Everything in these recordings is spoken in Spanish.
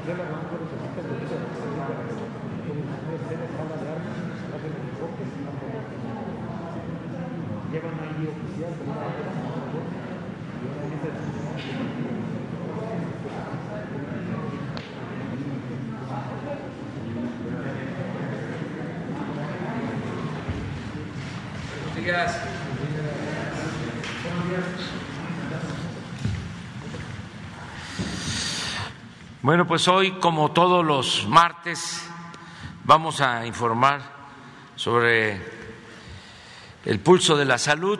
Bueno, pues hoy, como todos los martes, vamos a informar sobre el pulso de la salud.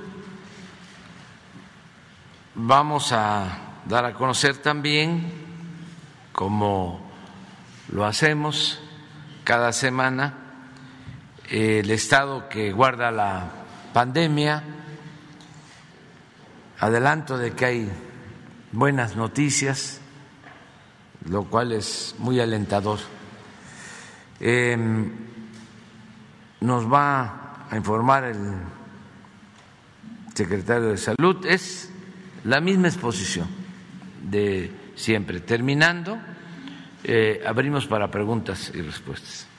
Vamos a dar a conocer también, como lo hacemos cada semana, el estado que guarda la pandemia. Adelanto de que hay buenas noticias, lo cual es muy alentador. Nos va a informar el secretario de Salud. Es la misma exposición de siempre. Terminando, abrimos para preguntas y respuestas.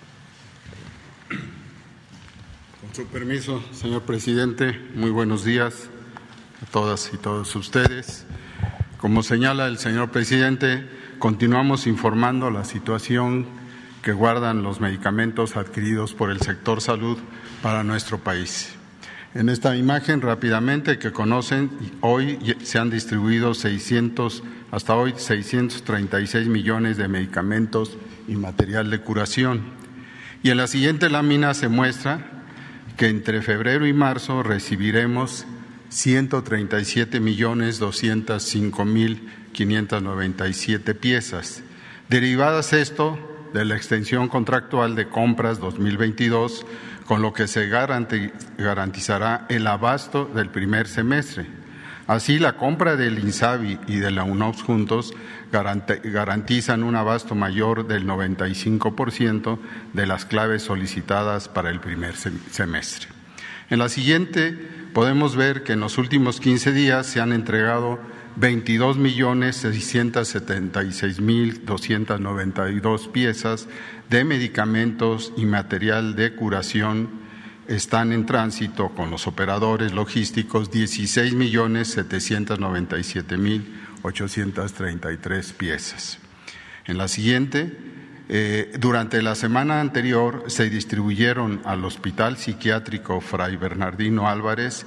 Con su permiso, señor presidente, muy buenos días a todas y todos ustedes. Como señala el señor presidente, continuamos informando la situación que guardan los medicamentos adquiridos por el sector salud para nuestro país. En esta imagen, rápidamente, que conocen, hoy se han distribuido hasta hoy 636 millones de medicamentos y material de curación. Y en la siguiente lámina se muestra que entre febrero y marzo recibiremos 137.205.597 piezas. Derivadas esto de la extensión contractual de compras 2022, con lo que se garantizará el abasto del primer semestre. Así, la compra del INSABI y de la UNOPS juntos garantizan un abasto mayor del 95% de las claves solicitadas para el primer semestre. En la siguiente podemos ver que en los últimos 15 días se han entregado 22.676.292 piezas de medicamentos y material de curación. Están en tránsito con los operadores logísticos 16.797.833 piezas. En la siguiente, durante la semana anterior se distribuyeron al Hospital Psiquiátrico Fray Bernardino Álvarez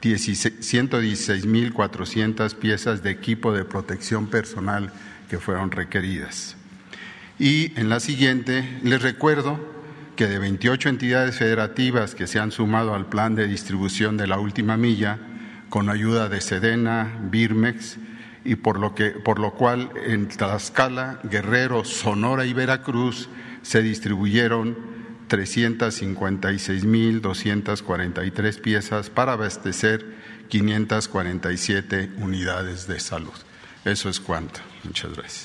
116.400 piezas de equipo de protección personal que fueron requeridas. Y en la siguiente, les recuerdo que de 28 entidades federativas que se han sumado al plan de distribución de la última milla, con ayuda de Sedena, Birmex, y por lo cual en Tlaxcala, Guerrero, Sonora y Veracruz se distribuyeron 356.243 piezas para abastecer 547 unidades de salud. Eso es cuanto. Muchas gracias.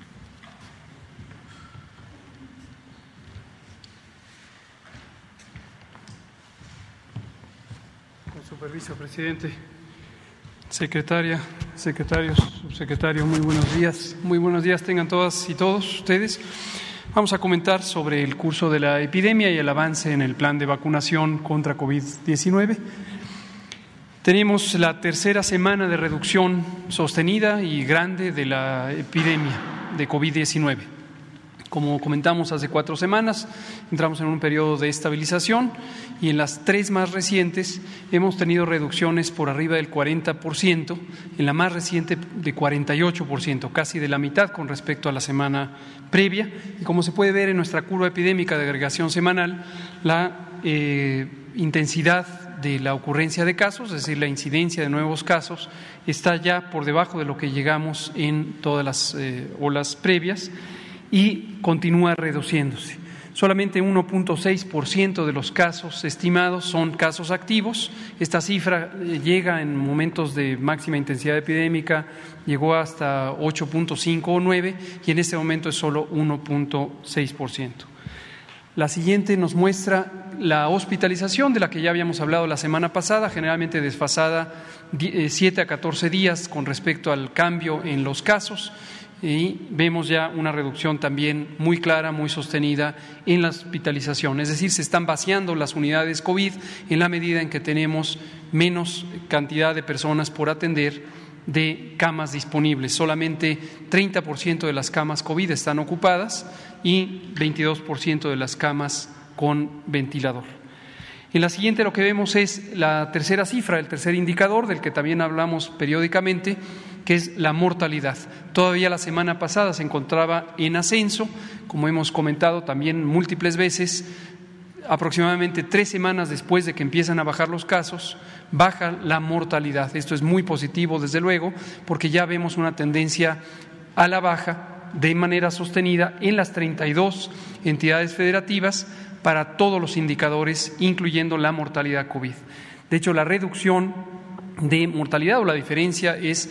Con su permiso, presidente. Secretaria, secretarios, subsecretarios, muy buenos días. Muy buenos días tengan todas y todos ustedes. Vamos a comentar sobre el curso de la epidemia y el avance en el plan de vacunación contra COVID-19. Tenemos la tercera semana de reducción sostenida y grande de la epidemia de COVID-19. Como comentamos hace 4 semanas, entramos en un periodo de estabilización y en las 3 más recientes hemos tenido reducciones por arriba del 40%, en la más reciente de 48%, casi de la mitad con respecto a la semana previa. Y como se puede ver en nuestra curva epidémica de agregación semanal, la intensidad de la ocurrencia de casos, es decir, la incidencia de nuevos casos, está ya por debajo de lo que llegamos en todas las olas previas y continúa reduciéndose. Solamente 1.6% de los casos estimados son casos activos. Esta cifra llega en momentos de máxima intensidad epidémica, llegó hasta 8.5 o 9 y en este momento es solo 1.6%. La siguiente nos muestra la hospitalización de la que ya habíamos hablado la semana pasada, generalmente desfasada 7 a 14 días con respecto al cambio en los casos. y vemos ya una reducción también muy clara, muy sostenida en la hospitalización. Es decir, se están vaciando las unidades COVID en la medida en que tenemos menos cantidad de personas por atender de camas disponibles. Solamente 30% de las camas COVID están ocupadas y 22% de las camas con ventilador. En la siguiente lo que vemos es la tercera cifra, el tercer indicador del que también hablamos periódicamente, que es la mortalidad. Todavía la semana pasada se encontraba en ascenso, como hemos comentado también múltiples veces. Aproximadamente 3 semanas después de que empiezan a bajar los casos, baja la mortalidad. Esto es muy positivo, desde luego, porque ya vemos una tendencia a la baja de manera sostenida en las 32 entidades federativas para todos los indicadores, incluyendo la mortalidad COVID. De hecho, la reducción de mortalidad o la diferencia es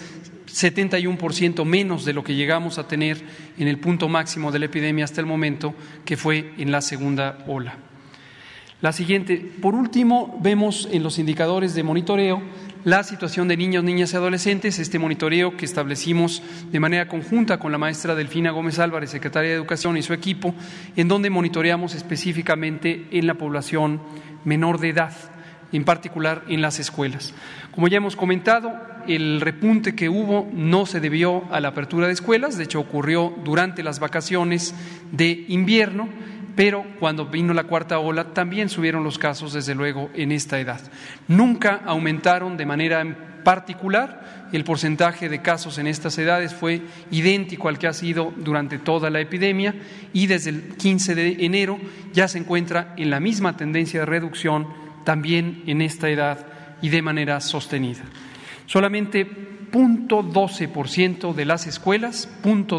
71% menos de lo que llegamos a tener en el punto máximo de la epidemia hasta el momento, que fue en la segunda ola. La siguiente, por último, vemos en los indicadores de monitoreo la situación de niños, niñas y adolescentes, este monitoreo que establecimos de manera conjunta con la maestra Delfina Gómez Álvarez, secretaria de Educación, y su equipo, en donde monitoreamos específicamente en la población menor de edad, en particular en las escuelas. Como ya hemos comentado, el repunte que hubo no se debió a la apertura de escuelas, de hecho ocurrió durante las vacaciones de invierno, pero cuando vino la cuarta ola también subieron los casos, desde luego, en esta edad. Nunca aumentaron de manera particular, el porcentaje de casos en estas edades fue idéntico al que ha sido durante toda la epidemia y desde el 15 de enero ya se encuentra en la misma tendencia de reducción también en esta edad y de manera sostenida. Solamente 0.12% de las escuelas,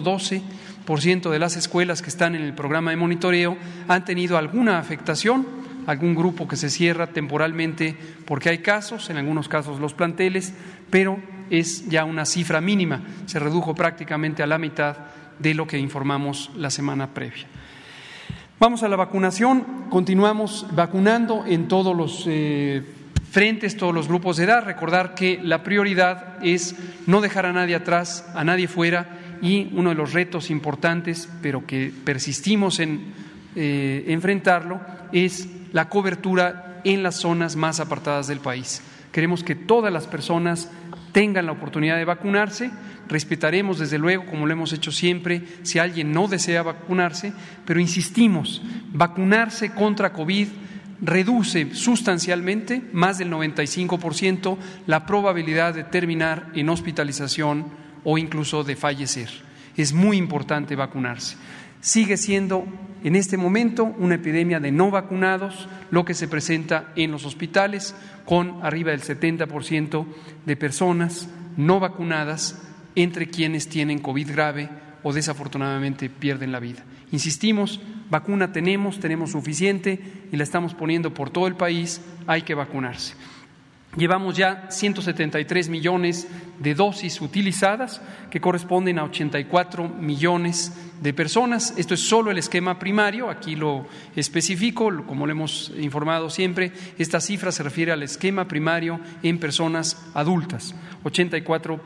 0.12% de las escuelas que están en el programa de monitoreo han tenido alguna afectación, algún grupo que se cierra temporalmente porque hay casos, en algunos casos los planteles, pero es ya una cifra mínima, se redujo prácticamente a la mitad de lo que informamos la semana previa. Vamos a la vacunación, continuamos vacunando en todos los frentes, todos los grupos de edad. Recordar que la prioridad es no dejar a nadie atrás, a nadie fuera, y uno de los retos importantes, pero que persistimos en enfrentarlo, es la cobertura en las zonas más apartadas del país. Queremos que todas las personas tengan la oportunidad de vacunarse. Respetaremos, desde luego, como lo hemos hecho siempre, si alguien no desea vacunarse, pero insistimos, vacunarse contra COVID reduce sustancialmente, más del 95%, la probabilidad de terminar en hospitalización o incluso de fallecer. Es muy importante vacunarse. Sigue siendo en este momento una epidemia de no vacunados lo que se presenta en los hospitales, con arriba del 70% de personas no vacunadas entre quienes tienen COVID grave o desafortunadamente pierden la vida. Insistimos, vacuna tenemos suficiente y la estamos poniendo por todo el país, hay que vacunarse. Llevamos ya 173 millones de dosis utilizadas, que corresponden a 84 millones de personas. Esto es solo el esquema primario, aquí lo especifico, como lo hemos informado siempre. Esta cifra se refiere al esquema primario en personas adultas, 84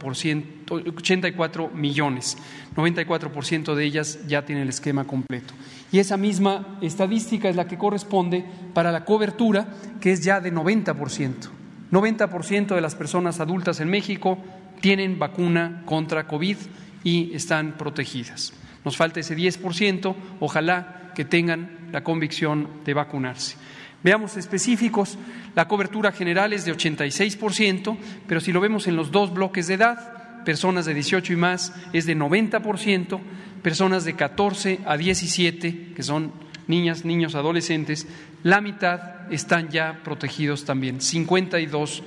millones, 94% de ellas ya tienen el esquema completo. Y esa misma estadística es la que corresponde para la cobertura, que es ya de 90%. 90% de las personas adultas en México tienen vacuna contra COVID y están protegidas. Nos falta ese 10%, ojalá que tengan la convicción de vacunarse. Veamos específicos, la cobertura general es de 86%, pero si lo vemos en los dos bloques de edad, personas de 18 y más es de 90%, personas de 14 a 17, que son niñas, niños, adolescentes, la mitad están ya protegidos también, 52%.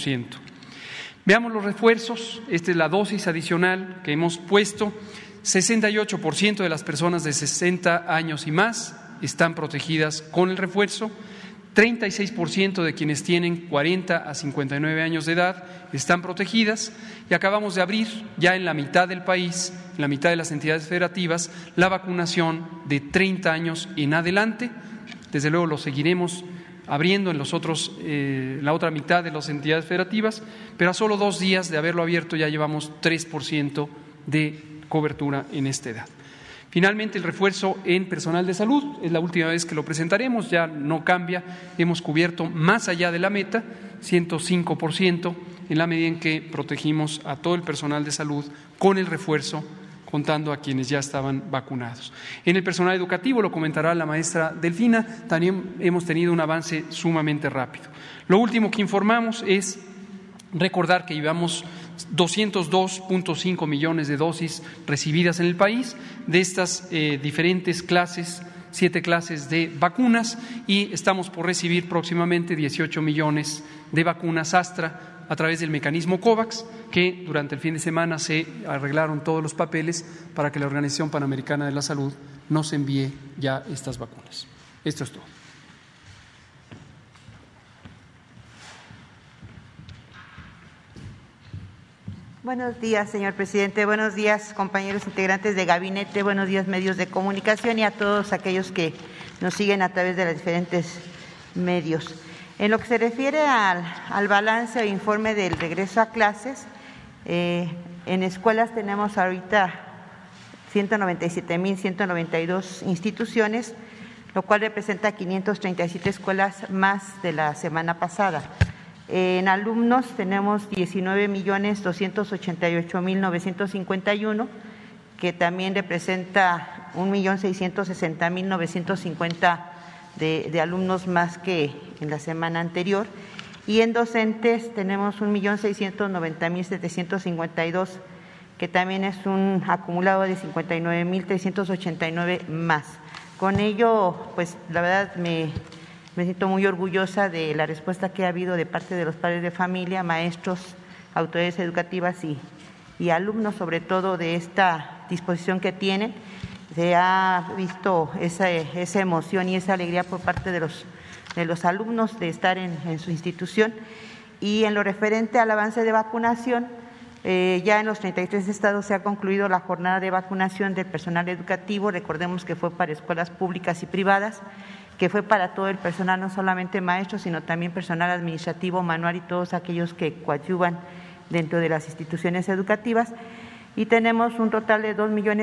Veamos los refuerzos, esta es la dosis adicional que hemos puesto, 68% de las personas de 60 años y más están protegidas con el refuerzo, 36% de quienes tienen 40 a 59 años de edad están protegidas y acabamos de abrir ya en la mitad del país, en la mitad de las entidades federativas, la vacunación de 30 años en adelante. Desde luego lo seguiremos abriendo en la otra mitad de las entidades federativas, pero a solo 2 días de haberlo abierto ya llevamos 3% de cobertura en esta edad. Finalmente, el refuerzo en personal de salud, es la última vez que lo presentaremos, ya no cambia, hemos cubierto más allá de la meta, 105%, en la medida en que protegimos a todo el personal de salud con el refuerzo, contando a quienes ya estaban vacunados. En el personal educativo, lo comentará la maestra Delfina, también hemos tenido un avance sumamente rápido. Lo último que informamos es recordar que llevamos 202.5 millones de dosis recibidas en el país de estas diferentes clases, 7 clases de vacunas, y estamos por recibir próximamente 18 millones de vacunas Astra a través del mecanismo COVAX, que durante el fin de semana se arreglaron todos los papeles para que la Organización Panamericana de la Salud nos envíe ya estas vacunas. Esto es todo. Buenos días, señor presidente. Buenos días, compañeros integrantes de gabinete. Buenos días, medios de comunicación, y a todos aquellos que nos siguen a través de los diferentes medios. En lo que se refiere al balance o informe del regreso a clases, en escuelas tenemos ahorita 197.192 instituciones, lo cual representa 537 escuelas más de la semana pasada. En alumnos tenemos 19.288.951, que también representa 1.660.950 de alumnos más que en la semana anterior. Y en docentes tenemos 1.690.752, que también es un acumulado de 59.389 más. Con ello, pues la verdad me siento muy orgullosa de la respuesta que ha habido de parte de los padres de familia, maestros, autoridades educativas y alumnos, sobre todo de esta disposición que tienen. Se ha visto esa emoción y esa alegría por parte de los alumnos de estar en su institución. Y en lo referente al avance de vacunación, ya en los 33 estados se ha concluido la jornada de vacunación del personal educativo. Recordemos que fue para escuelas públicas y privadas, que fue para todo el personal, no solamente maestros, sino también personal administrativo, manual y todos aquellos que coadyuvan dentro de las instituciones educativas. Y tenemos un total de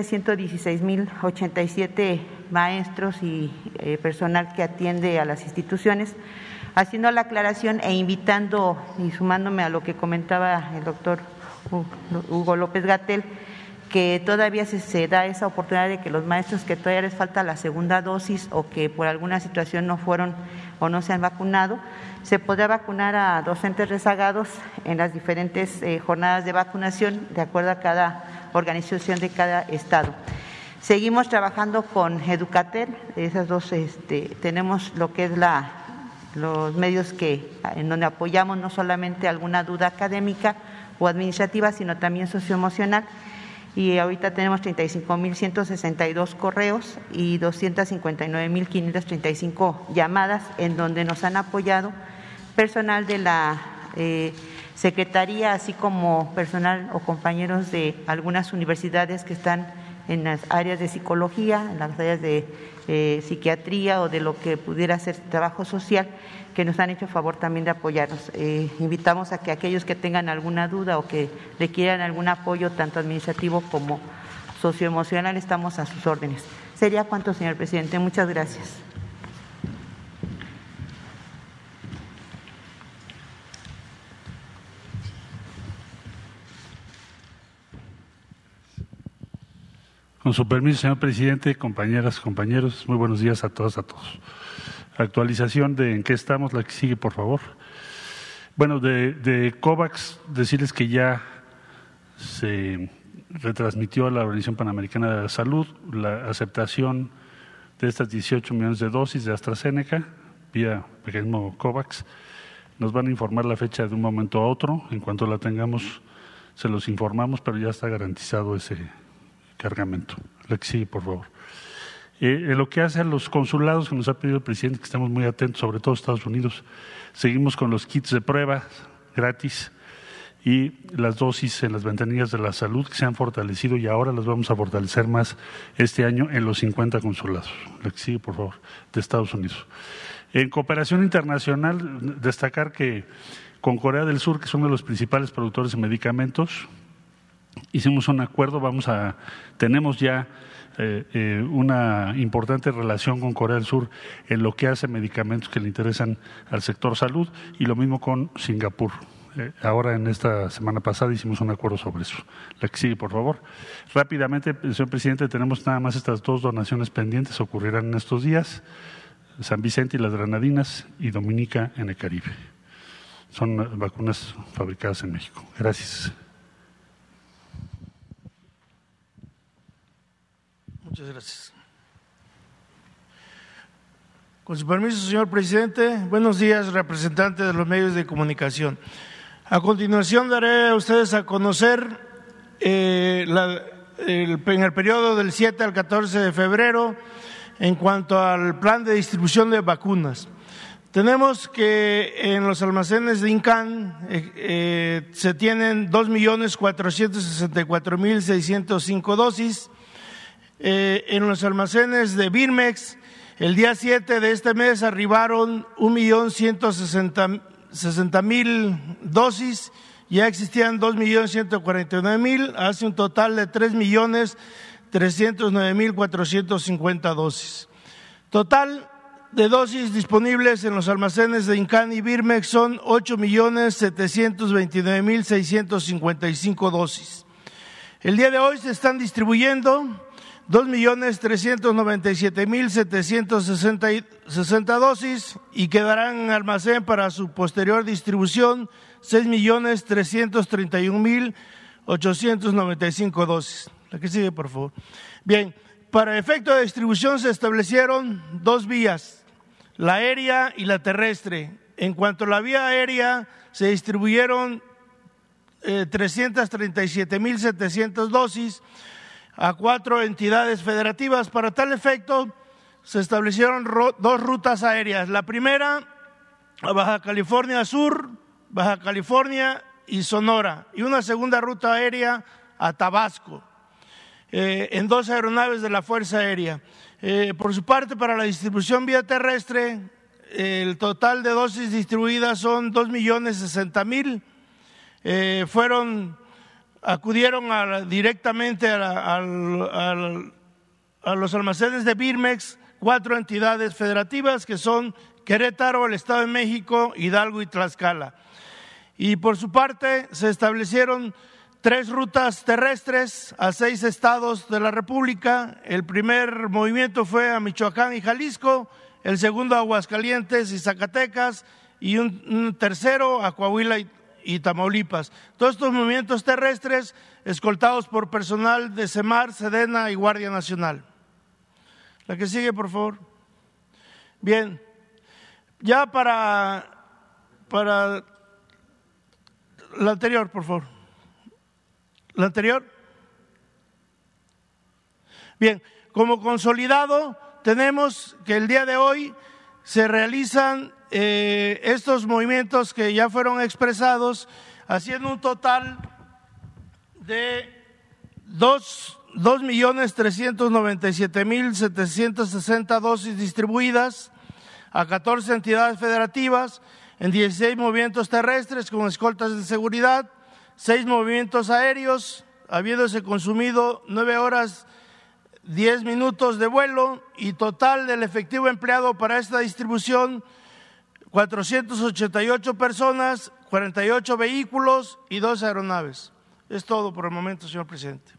2.116.087 maestros y personal que atiende a las instituciones. Haciendo la aclaración e invitando y sumándome a lo que comentaba el doctor Hugo López-Gatell, que todavía se da esa oportunidad de que los maestros que todavía les falta la segunda dosis o que por alguna situación no fueron o no se han vacunado, se podrá vacunar a docentes rezagados en las diferentes jornadas de vacunación de acuerdo a cada organización de cada estado. Seguimos trabajando con Educatel, esas dos tenemos lo que es los medios en donde apoyamos no solamente alguna duda académica o administrativa, sino también socioemocional. Y ahorita tenemos 35.162 correos y 259.535 llamadas en donde nos han apoyado personal de la Secretaría, así como personal o compañeros de algunas universidades que están en las áreas de psicología, en las áreas de psiquiatría o de lo que pudiera ser trabajo social, que nos han hecho favor también de apoyarnos. Invitamos a que aquellos que tengan alguna duda o que requieran algún apoyo, tanto administrativo como socioemocional, estamos a sus órdenes. Sería cuanto, señor presidente. Muchas gracias. Con su permiso, señor presidente, compañeras, compañeros, muy buenos días a todas, a todos. Actualización de en qué estamos, la que sigue, por favor. Bueno, de COVAX, decirles que ya se retransmitió a la Organización Panamericana de la Salud la aceptación de estas 18 millones de dosis de AstraZeneca vía mecanismo COVAX. Nos van a informar la fecha de un momento a otro. En cuanto la tengamos, se los informamos, pero ya está garantizado ese cargamento. La que sigue, por favor. En lo que hace a los consulados que nos ha pedido el presidente, que estamos muy atentos, sobre todo Estados Unidos, seguimos con los kits de pruebas gratis y las dosis en las ventanillas de la salud que se han fortalecido y ahora las vamos a fortalecer más este año en los 50 consulados. La que sigue, por favor, de Estados Unidos. En cooperación internacional, destacar que con Corea del Sur, que es uno de los principales productores de medicamentos, hicimos un acuerdo, tenemos ya una importante relación con Corea del Sur en lo que hace medicamentos que le interesan al sector salud, y lo mismo con Singapur. Ahora en esta semana pasada hicimos un acuerdo sobre eso. La que sigue, por favor. Rápidamente, señor presidente, tenemos nada más estas 2 donaciones pendientes, ocurrirán en estos días: San Vicente y las Granadinas, y Dominica en el Caribe. Son vacunas fabricadas en México. Gracias. Muchas gracias. Con su permiso, señor presidente, buenos días, representantes de los medios de comunicación. A continuación daré a ustedes a conocer en el periodo del 7 al 14 de febrero en cuanto al plan de distribución de vacunas. Tenemos que en los almacenes de INCAN se tienen 2.464.605 dosis. En los almacenes de Birmex, el día 7 de este mes arribaron 1.160.000 dosis, ya existían 2.149.000, hace un total de 3.309.450 dosis. Total de dosis disponibles en los almacenes de INCAN y Birmex son 8.729.655 dosis. El día de hoy se están distribuyendo 2.397.760 dosis y quedarán en almacén para su posterior distribución 6.331.895 dosis. La que sigue, por favor. Bien, para efecto de distribución se establecieron 2 vías, la aérea y la terrestre. En cuanto a la vía aérea, se distribuyeron 337.700 dosis a 4 entidades federativas. Para tal efecto, se establecieron 2 rutas aéreas. La primera, a Baja California Sur, Baja California y Sonora, y una segunda ruta aérea a Tabasco, en 2 aeronaves de la Fuerza Aérea. Por su parte, para la distribución vía terrestre, el total de dosis distribuidas son 2.060.000. Acudieron directamente a los almacenes de Birmex 4 entidades federativas, que son Querétaro, el Estado de México, Hidalgo y Tlaxcala. Y por su parte se establecieron 3 rutas terrestres a 6 estados de la República. El primer movimiento fue a Michoacán y Jalisco, el segundo a Aguascalientes y Zacatecas, y un tercero a Coahuila y Tamaulipas. Todos estos movimientos terrestres escoltados por personal de SEMAR, SEDENA y Guardia Nacional. La que sigue, por favor. Bien, ya para la anterior, por favor. ¿La anterior? Bien, como consolidado tenemos que el día de hoy se realizan estos movimientos que ya fueron expresados, haciendo un total de 2.397.760 dosis distribuidas a 14 entidades federativas en 16 movimientos terrestres con escoltas de seguridad, 6 movimientos aéreos, habiéndose consumido 9 horas 10 minutos de vuelo, y total del efectivo empleado para esta distribución 488 personas, 48 vehículos y 2 aeronaves. Es todo por el momento, señor presidente.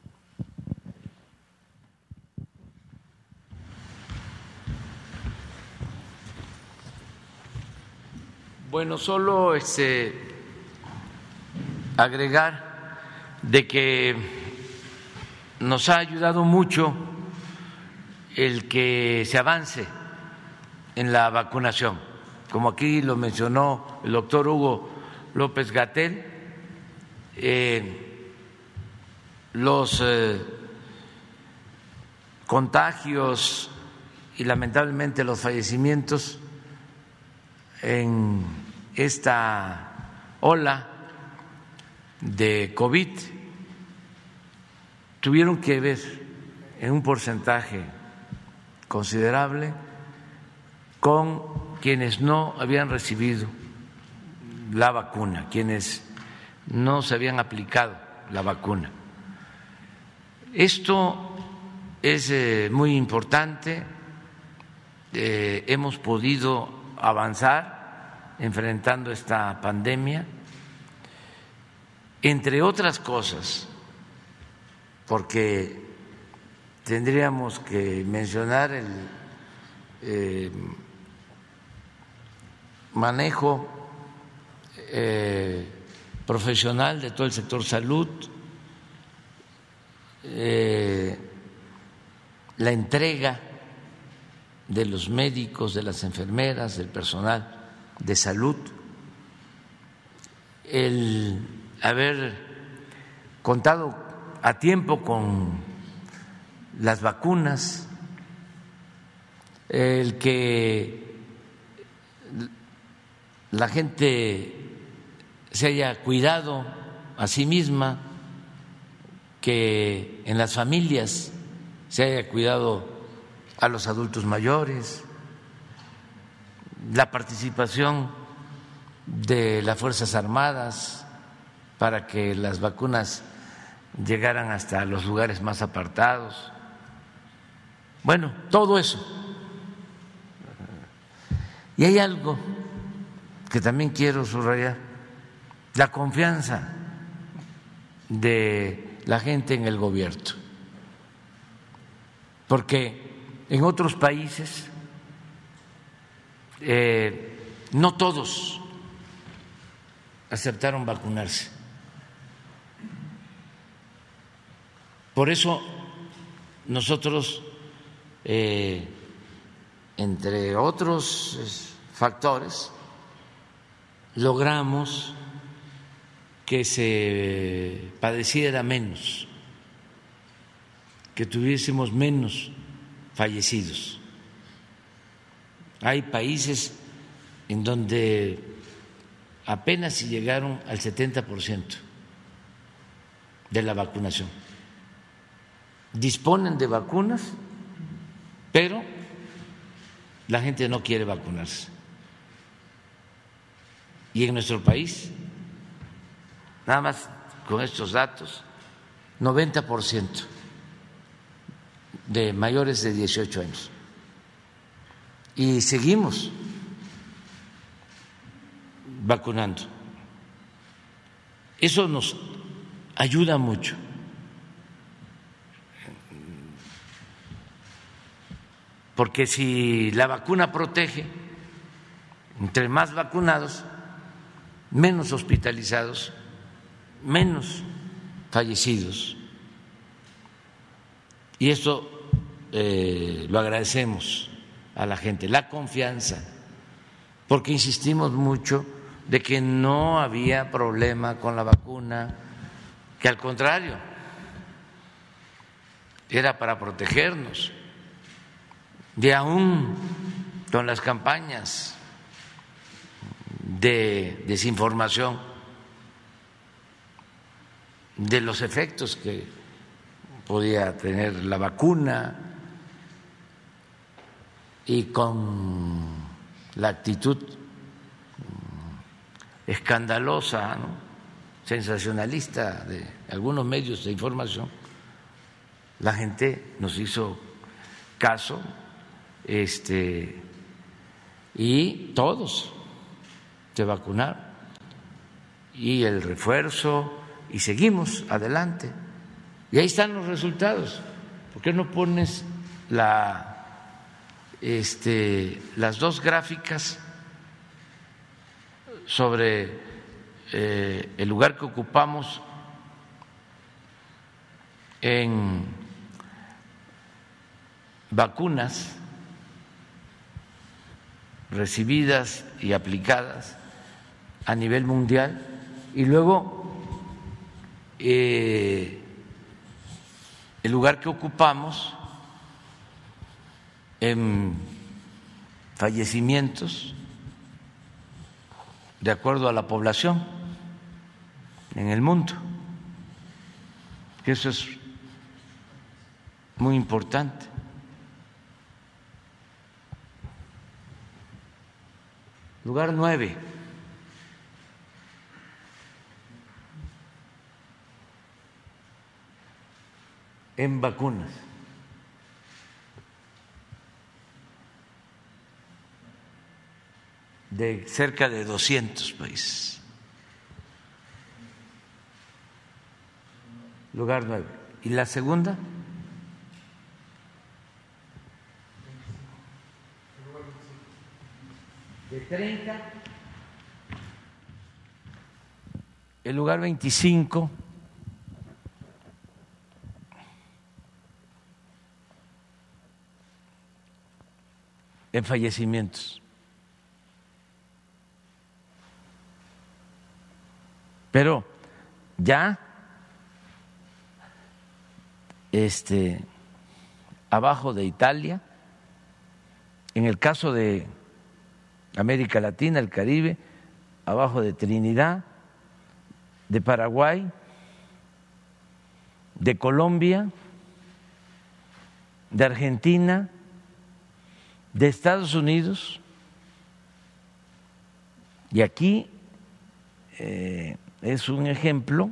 Bueno, solo agregar de que nos ha ayudado mucho el que se avance en la vacunación. Como aquí lo mencionó el doctor Hugo López-Gatell, los contagios y lamentablemente los fallecimientos en esta ola de COVID tuvieron que ver en un porcentaje considerable con quienes no habían recibido la vacuna, quienes no se habían aplicado la vacuna. Esto es muy importante. Hemos podido avanzar enfrentando esta pandemia, entre otras cosas, porque tendríamos que mencionar el manejo profesional de todo el sector salud, la entrega de los médicos, de las enfermeras, del personal de salud, el haber contado a tiempo con las vacunas, el que la gente se haya cuidado a sí misma, que en las familias se haya cuidado a los adultos mayores, la participación de las Fuerzas Armadas para que las vacunas llegaran hasta los lugares más apartados. Bueno, todo eso. Y hay algo que también quiero subrayar: la confianza de la gente en el gobierno, porque en otros países no todos aceptaron vacunarse. Por eso nosotros, entre otros factores, logramos que se padeciera menos, que tuviésemos menos fallecidos. Hay países en donde apenas si llegaron al 70% de la vacunación. Disponen de vacunas, pero la gente no quiere vacunarse. Y en nuestro país, nada más con estos datos, 90% de mayores de 18 años. Y seguimos vacunando. Eso nos ayuda mucho. Porque si la vacuna protege, entre más vacunados, menos hospitalizados, menos fallecidos. Y esto lo agradecemos a la gente, la confianza, porque insistimos mucho de que no había problema con la vacuna, que al contrario, era para protegernos. Y aún con las campañas de desinformación de los efectos que podía tener la vacuna y con la actitud escandalosa, ¿no?, sensacionalista de algunos medios de información, la gente nos hizo caso, y todos se vacunaron, y el refuerzo, y seguimos adelante. Y ahí están los resultados. ¿Por qué no pones las dos gráficas sobre el lugar que ocupamos en vacunas recibidas y aplicadas a nivel mundial, y luego el lugar que ocupamos en fallecimientos de acuerdo a la población en el mundo? Que eso es muy importante. Lugar 9. en vacunas. De cerca de 200 países. Lugar 9. ¿Y la segunda? De 30. El lugar 25. En fallecimientos. Pero ya abajo de Italia, en el caso de América Latina, el Caribe, abajo de Trinidad, de Paraguay, de Colombia, de Argentina, de Estados Unidos, y aquí es un ejemplo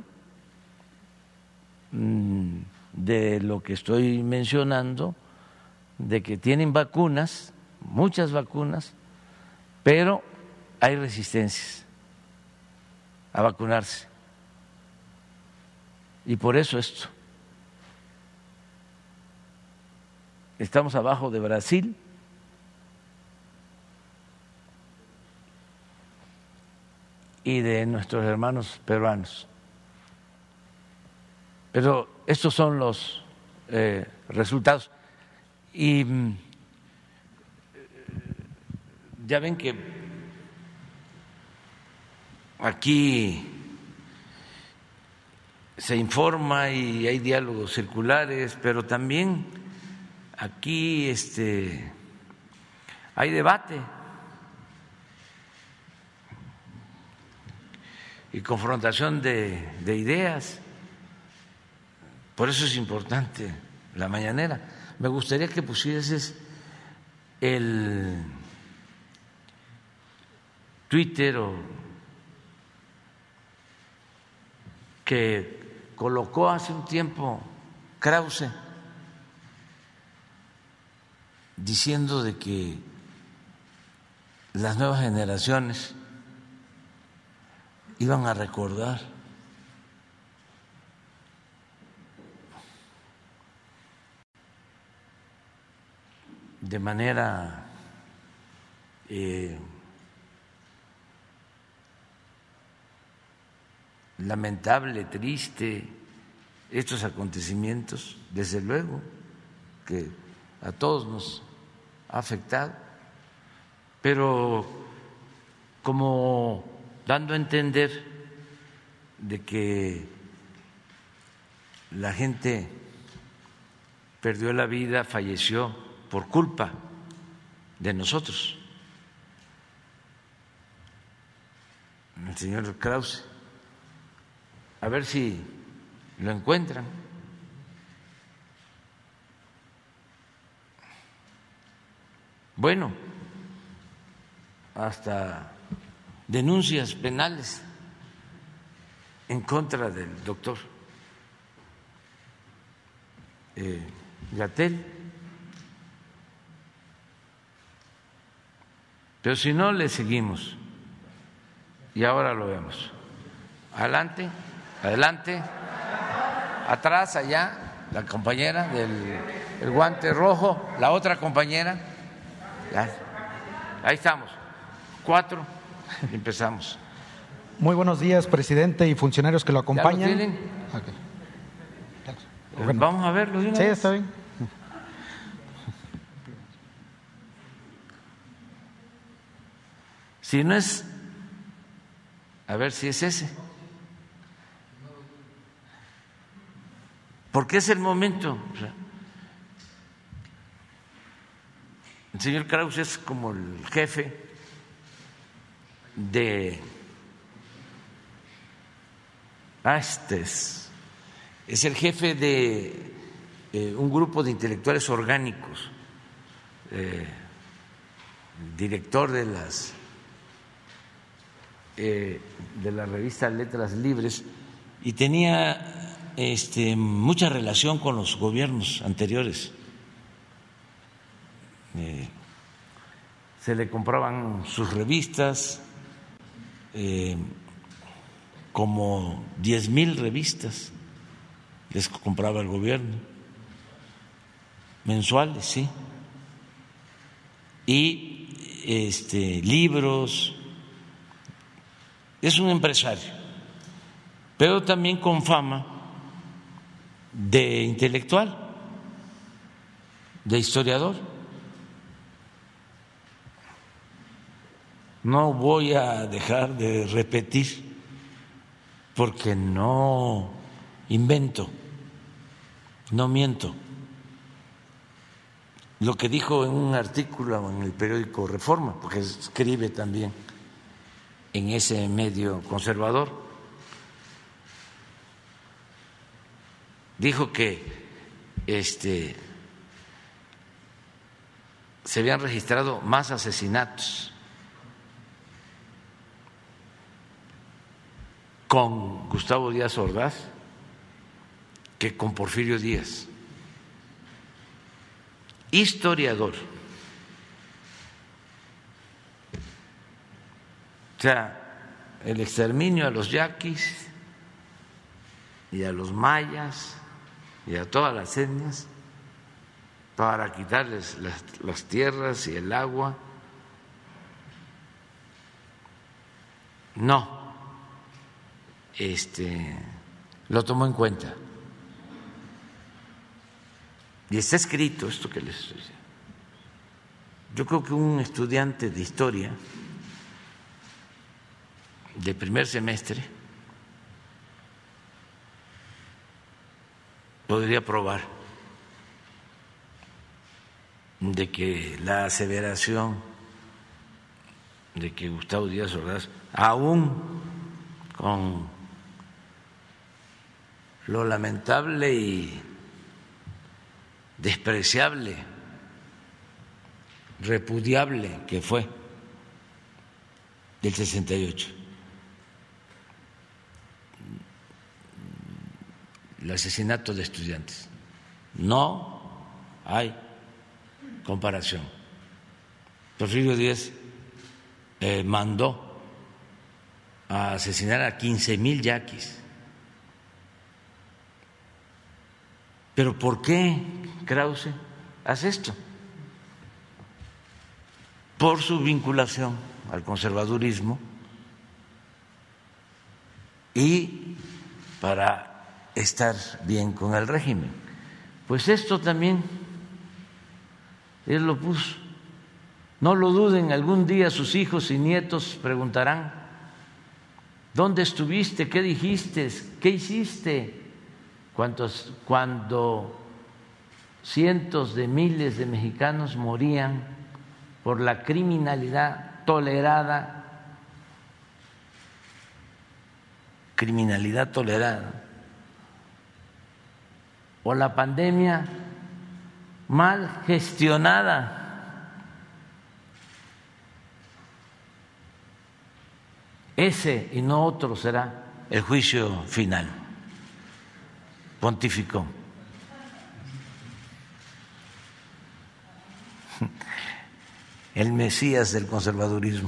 de lo que estoy mencionando, de que tienen vacunas, muchas vacunas, pero hay resistencias a vacunarse. Y por eso esto. Estamos abajo de Brasil, y de nuestros hermanos peruanos. Pero estos son los resultados. Y ya ven que aquí se informa y hay diálogos circulares, pero también aquí hay debate y confrontación de ideas. Por eso es importante la mañanera. Me gustaría que pusieses el Twitter que colocó hace un tiempo Krause, diciendo de que las nuevas generaciones iban a recordar de manera lamentable, triste, estos acontecimientos, desde luego que a todos nos ha afectado, pero como dando a entender de que la gente perdió la vida, falleció por culpa de nosotros. El señor Krause, a ver si lo encuentran. Bueno, hasta denuncias penales en contra del doctor Gatell. Pero si no, le seguimos. Y ahora lo vemos. Adelante, adelante. Atrás, allá, la compañera del guante rojo, la otra compañera. Ya. Ahí estamos. 4. Empezamos. Muy buenos días, presidente y funcionarios que lo acompañan. ¿Ya lo tienen? Okay. Bueno, vamos a verlo de una sí, vez. está bien. Si no es, a ver si es ese. Porque es el momento. O sea, el señor Krause es como el jefe de es el jefe de un grupo de intelectuales orgánicos, director de la revista Letras Libres, y tenía mucha relación con los gobiernos anteriores. Se le compraban sus revistas, como 10,000 revistas les compraba el gobierno, mensuales, sí, y libros. Es un empresario, pero también con fama de intelectual, de historiador. No voy a dejar de repetir, porque no invento, no miento. Lo que dijo en un artículo en el periódico Reforma, porque escribe también en ese medio conservador, dijo que se habían registrado más asesinatos con Gustavo Díaz Ordaz que con Porfirio Díaz. Historiador. O sea, el exterminio a los yaquis y a los mayas y a todas las etnias para quitarles las tierras y el agua. No. Lo tomó en cuenta. Y está escrito esto que les estoy diciendo. Yo creo que un estudiante de historia de primer semestre podría probar de que la aseveración de que Gustavo Díaz Ordaz, aún con lo lamentable y despreciable, repudiable que fue del 68, el asesinato de estudiantes, no hay comparación. Porfirio Díaz mandó a asesinar a 15,000 yaquis. ¿Pero por qué Krause hace esto? Por su vinculación al conservadurismo y para estar bien con el régimen. Pues esto también él lo puso. No lo duden, algún día sus hijos y nietos preguntarán: ¿dónde estuviste? ¿Qué dijiste? ¿Qué hiciste? Cuando cientos de miles de mexicanos morían por la criminalidad tolerada o la pandemia mal gestionada. Ese y no otro será el juicio final, pontificó. El Mesías del conservadurismo.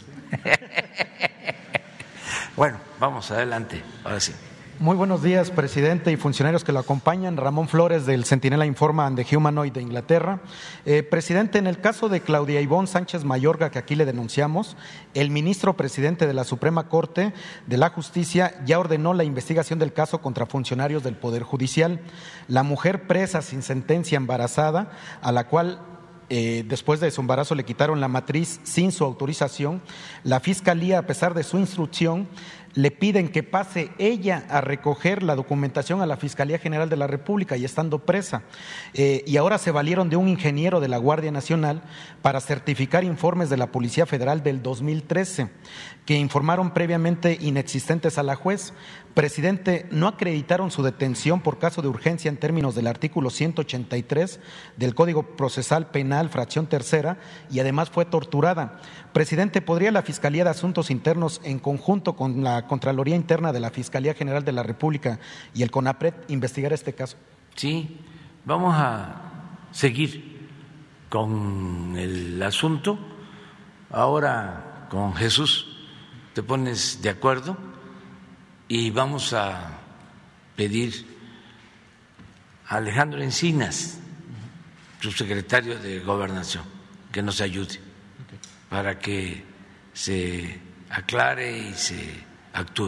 Bueno, vamos adelante, ahora sí. Muy buenos días, presidente y funcionarios que lo acompañan. Ramón Flores, del Centinela Informa and the Humanoid de Inglaterra. Presidente, en el caso de Claudia Ivonne Sánchez Mayorga, que aquí le denunciamos, el ministro presidente de la Suprema Corte de la Justicia ya ordenó la investigación del caso contra funcionarios del Poder Judicial. La mujer presa sin sentencia, embarazada, a la cual después de su embarazo le quitaron la matriz sin su autorización, la Fiscalía, a pesar de su instrucción, le piden que pase ella a recoger la documentación a la Fiscalía General de la República y estando presa. Y ahora se valieron de un ingeniero de la Guardia Nacional para certificar informes de la Policía Federal del 2013 que informaron previamente inexistentes a la juez. Presidente, no acreditaron su detención por caso de urgencia en términos del artículo 183 del Código Procesal Penal, fracción tercera, y además fue torturada. Presidente, ¿podría la Fiscalía de Asuntos Internos, en conjunto con la la Contraloría Interna de la Fiscalía General de la República y el CONAPRED investigar este caso? Sí, vamos a seguir con el asunto. Ahora con Jesús te pones de acuerdo y vamos a pedir a Alejandro Encinas, subsecretario de Gobernación, que nos ayude para que se aclare y se actúe.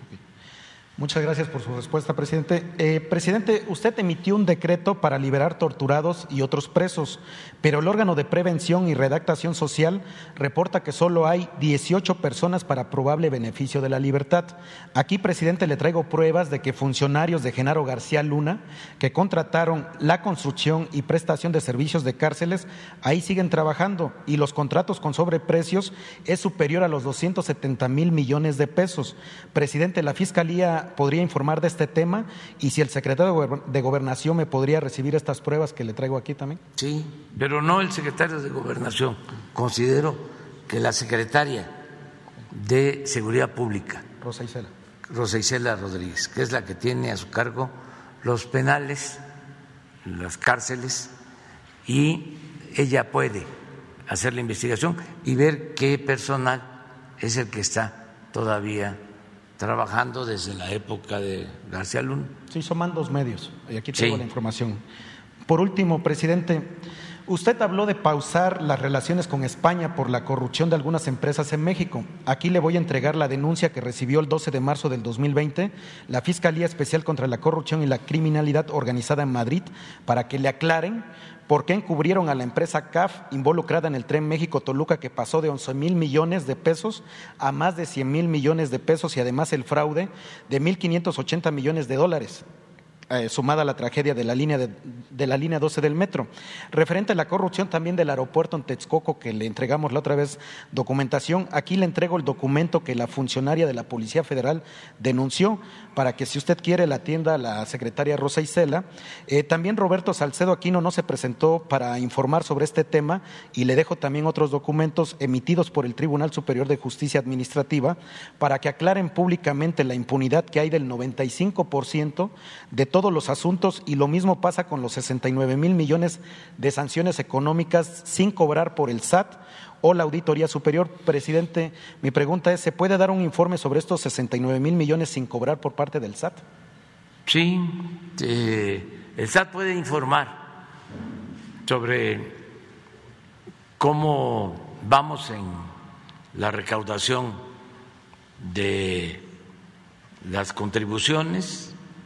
Muchas gracias por su respuesta, presidente. Presidente, usted emitió un decreto para liberar torturados y otros presos, pero el órgano de prevención y redactación social reporta que solo hay 18 personas para probable beneficio de la libertad. Aquí, presidente, le traigo pruebas de que funcionarios de Genaro García Luna, que contrataron la construcción y prestación de servicios de cárceles, ahí siguen trabajando y los contratos con sobreprecios es superior a los 270,000 millones de pesos. Presidente, la Fiscalía podría informar de este tema y si el secretario de Gobernación me podría recibir estas pruebas que le traigo aquí también. Sí, pero no el secretario de Gobernación. Considero que la secretaria de Seguridad Pública, Rosa Isela Rodríguez, que es la que tiene a su cargo los penales, las cárceles, y ella puede hacer la investigación y ver qué personal es el que está todavía trabajando desde la época de García Luna. Sí, son mandos medios, y aquí tengo la información. Por último, presidente, usted habló de pausar las relaciones con España por la corrupción de algunas empresas en México. Aquí le voy a entregar la denuncia que recibió el 12 de marzo del 2020 la Fiscalía Especial contra la Corrupción y la Criminalidad Organizada en Madrid para que le aclaren por qué encubrieron a la empresa CAF involucrada en el Tren México-Toluca, que pasó de 11,000 millones de pesos a más de 100,000 millones de pesos y además el fraude de 1,580 millones de dólares. Sumada a la tragedia de la línea 12 del metro. Referente a la corrupción también del aeropuerto en Texcoco, que le entregamos la otra vez documentación, aquí le entrego el documento que la funcionaria de la Policía Federal denunció para que, si usted quiere, la atienda la secretaria Rosa Isela. También Roberto Salcedo Aquino no se presentó para informar sobre este tema y le dejo también otros documentos emitidos por el Tribunal Superior de Justicia Administrativa para que aclaren públicamente la impunidad que hay del 95% de todos los asuntos, y lo mismo pasa con los 69,000 millones de sanciones económicas sin cobrar por el SAT o la Auditoría Superior. Presidente, mi pregunta es, ¿se puede dar un informe sobre estos 69,000 millones sin cobrar por parte del SAT? Sí, el SAT puede informar sobre cómo vamos en la recaudación de las contribuciones.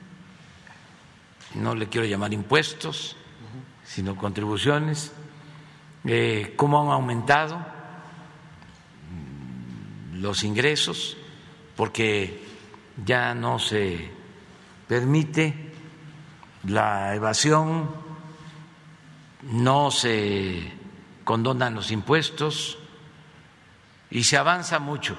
No le quiero llamar impuestos, sino contribuciones, cómo han aumentado los ingresos, porque ya no se permite la evasión, no se condonan los impuestos y se avanza mucho.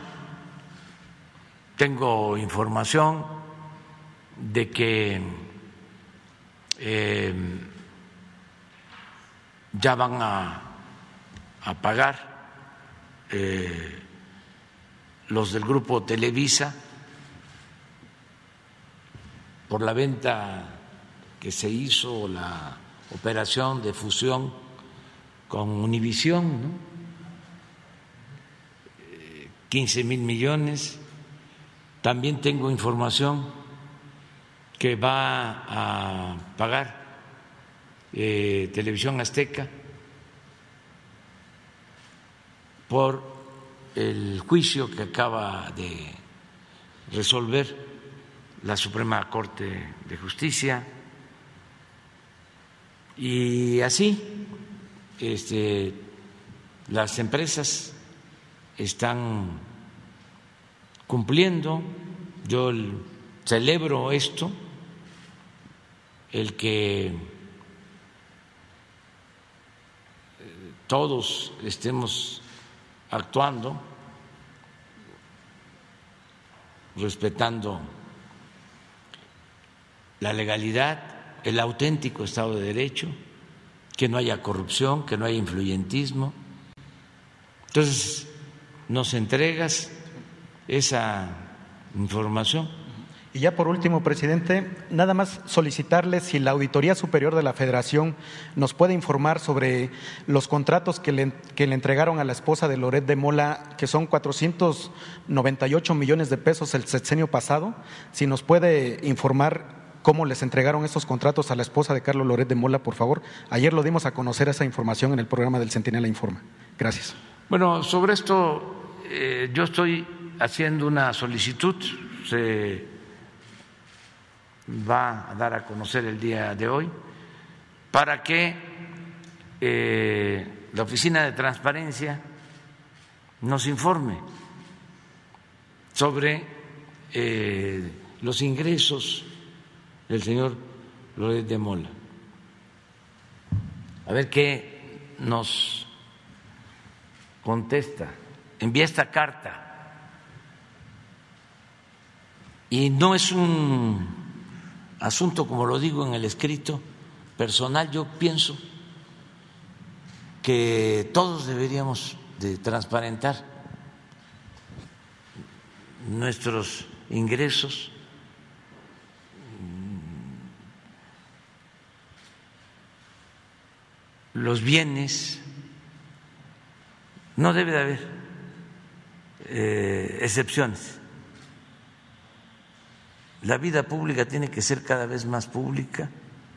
Tengo información de que ya van a pagar los del grupo Televisa por la venta que se hizo, la operación de fusión con Univisión, ¿no? 15,000 millones. También tengo información que va a pagar Televisión Azteca por el juicio que acaba de resolver la Suprema Corte de Justicia, y así las empresas están cumpliendo. Yo celebro esto, el que todos estemos actuando respetando la legalidad, el auténtico Estado de Derecho, que no haya corrupción, que no haya influyentismo. Entonces, nos entregas esa información. Y ya por último, presidente, nada más solicitarle si la Auditoría Superior de la Federación nos puede informar sobre los contratos que le entregaron a la esposa de Loret de Mola, que son 498 millones de pesos el sexenio pasado. Si nos puede informar cómo les entregaron esos contratos a la esposa de Carlos Loret de Mola, por favor. Ayer lo dimos a conocer esa información en el programa del Centinela Informa. Gracias. Bueno, sobre esto yo estoy haciendo una solicitud. Se va a dar a conocer el día de hoy para que la Oficina de Transparencia nos informe sobre los ingresos del señor Loret de Mola. A ver qué nos contesta. Envía esta carta y no es un asunto, como lo digo en el escrito, personal. Yo pienso que todos deberíamos de transparentar nuestros ingresos, los bienes. No debe de haber excepciones. La vida pública tiene que ser cada vez más pública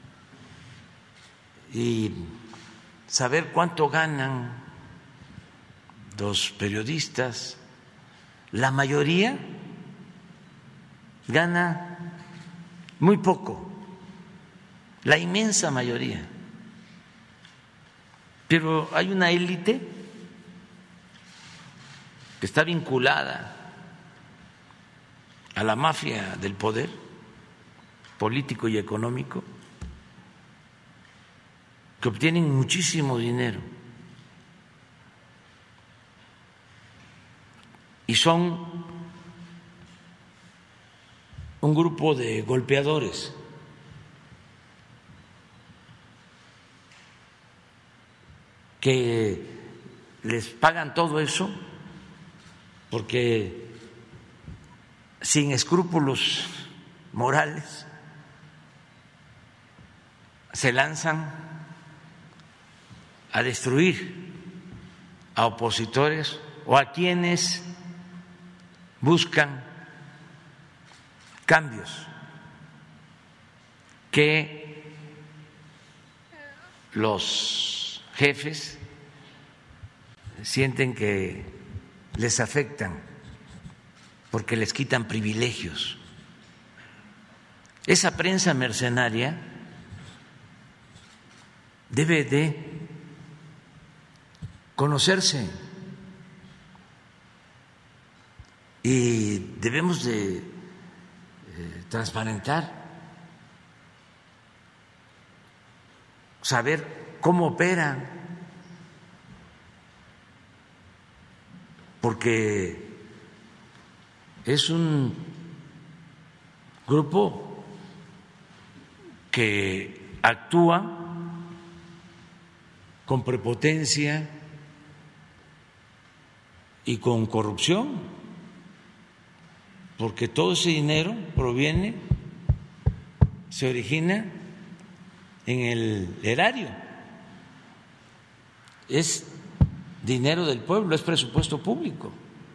y saber cuánto ganan los periodistas. La mayoría gana muy poco, la inmensa mayoría. Pero hay una élite que está vinculada a la mafia del poder político y económico, que obtienen muchísimo dinero y son un grupo de golpeadores que les pagan todo eso porque sin escrúpulos morales se lanzan a destruir a opositores o a quienes buscan cambios que los jefes sienten que les afectan porque les quitan privilegios. Esa prensa mercenaria debe de conocerse y debemos de transparentar, saber cómo operan, porque es un grupo que actúa con prepotencia y con corrupción, porque todo ese dinero proviene, se origina en el erario, es dinero del pueblo, es presupuesto público.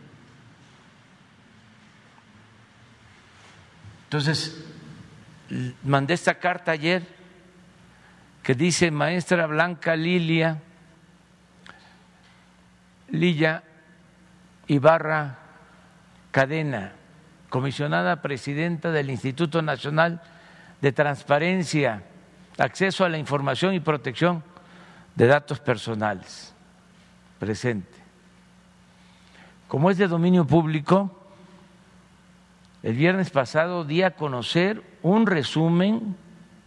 Entonces, mandé esta carta ayer que dice: maestra Blanca Lilla Ibarra Cadena, comisionada presidenta del Instituto Nacional de Transparencia, Acceso a la Información y Protección de Datos Personales. Presente. Como es de dominio público, el viernes pasado di a conocer un resumen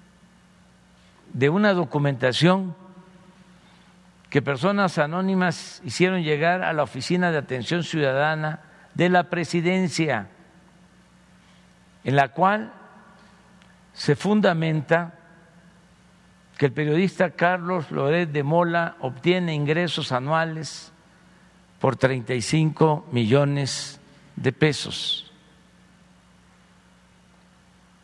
de una documentación que personas anónimas hicieron llegar a la Oficina de Atención Ciudadana de la Presidencia, en la cual se fundamenta que el periodista Carlos Loret de Mola obtiene ingresos anuales por 35 millones de pesos.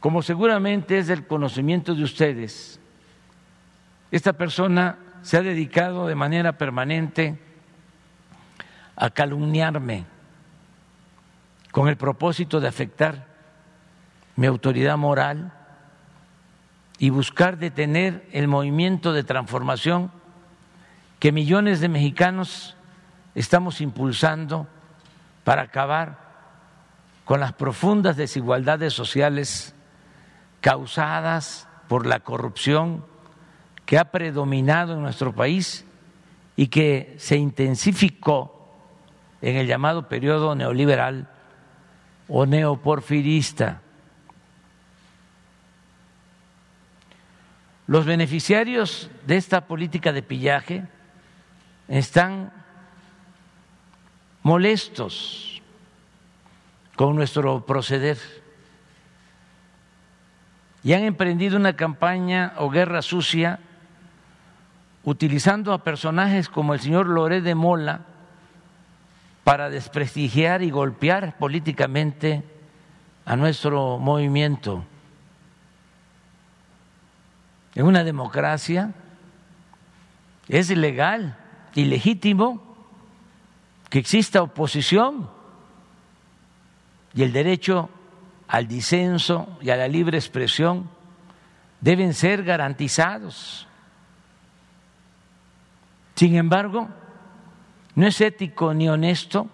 Como seguramente es del conocimiento de ustedes, esta persona se ha dedicado de manera permanente a calumniarme con el propósito de afectar mi autoridad moral y buscar detener el movimiento de transformación que millones de mexicanos estamos impulsando para acabar con las profundas desigualdades sociales causadas por la corrupción que ha predominado en nuestro país y que se intensificó en el llamado periodo neoliberal o neoporfirista. Los beneficiarios de esta política de pillaje están molestos con nuestro proceder y han emprendido una campaña o guerra sucia utilizando a personajes como el señor Loret de Mola para desprestigiar y golpear políticamente a nuestro movimiento. En una democracia es legal y legítimo que exista oposición y el derecho al disenso y a la libre expresión deben ser garantizados. Sin embargo, no es ético ni honesto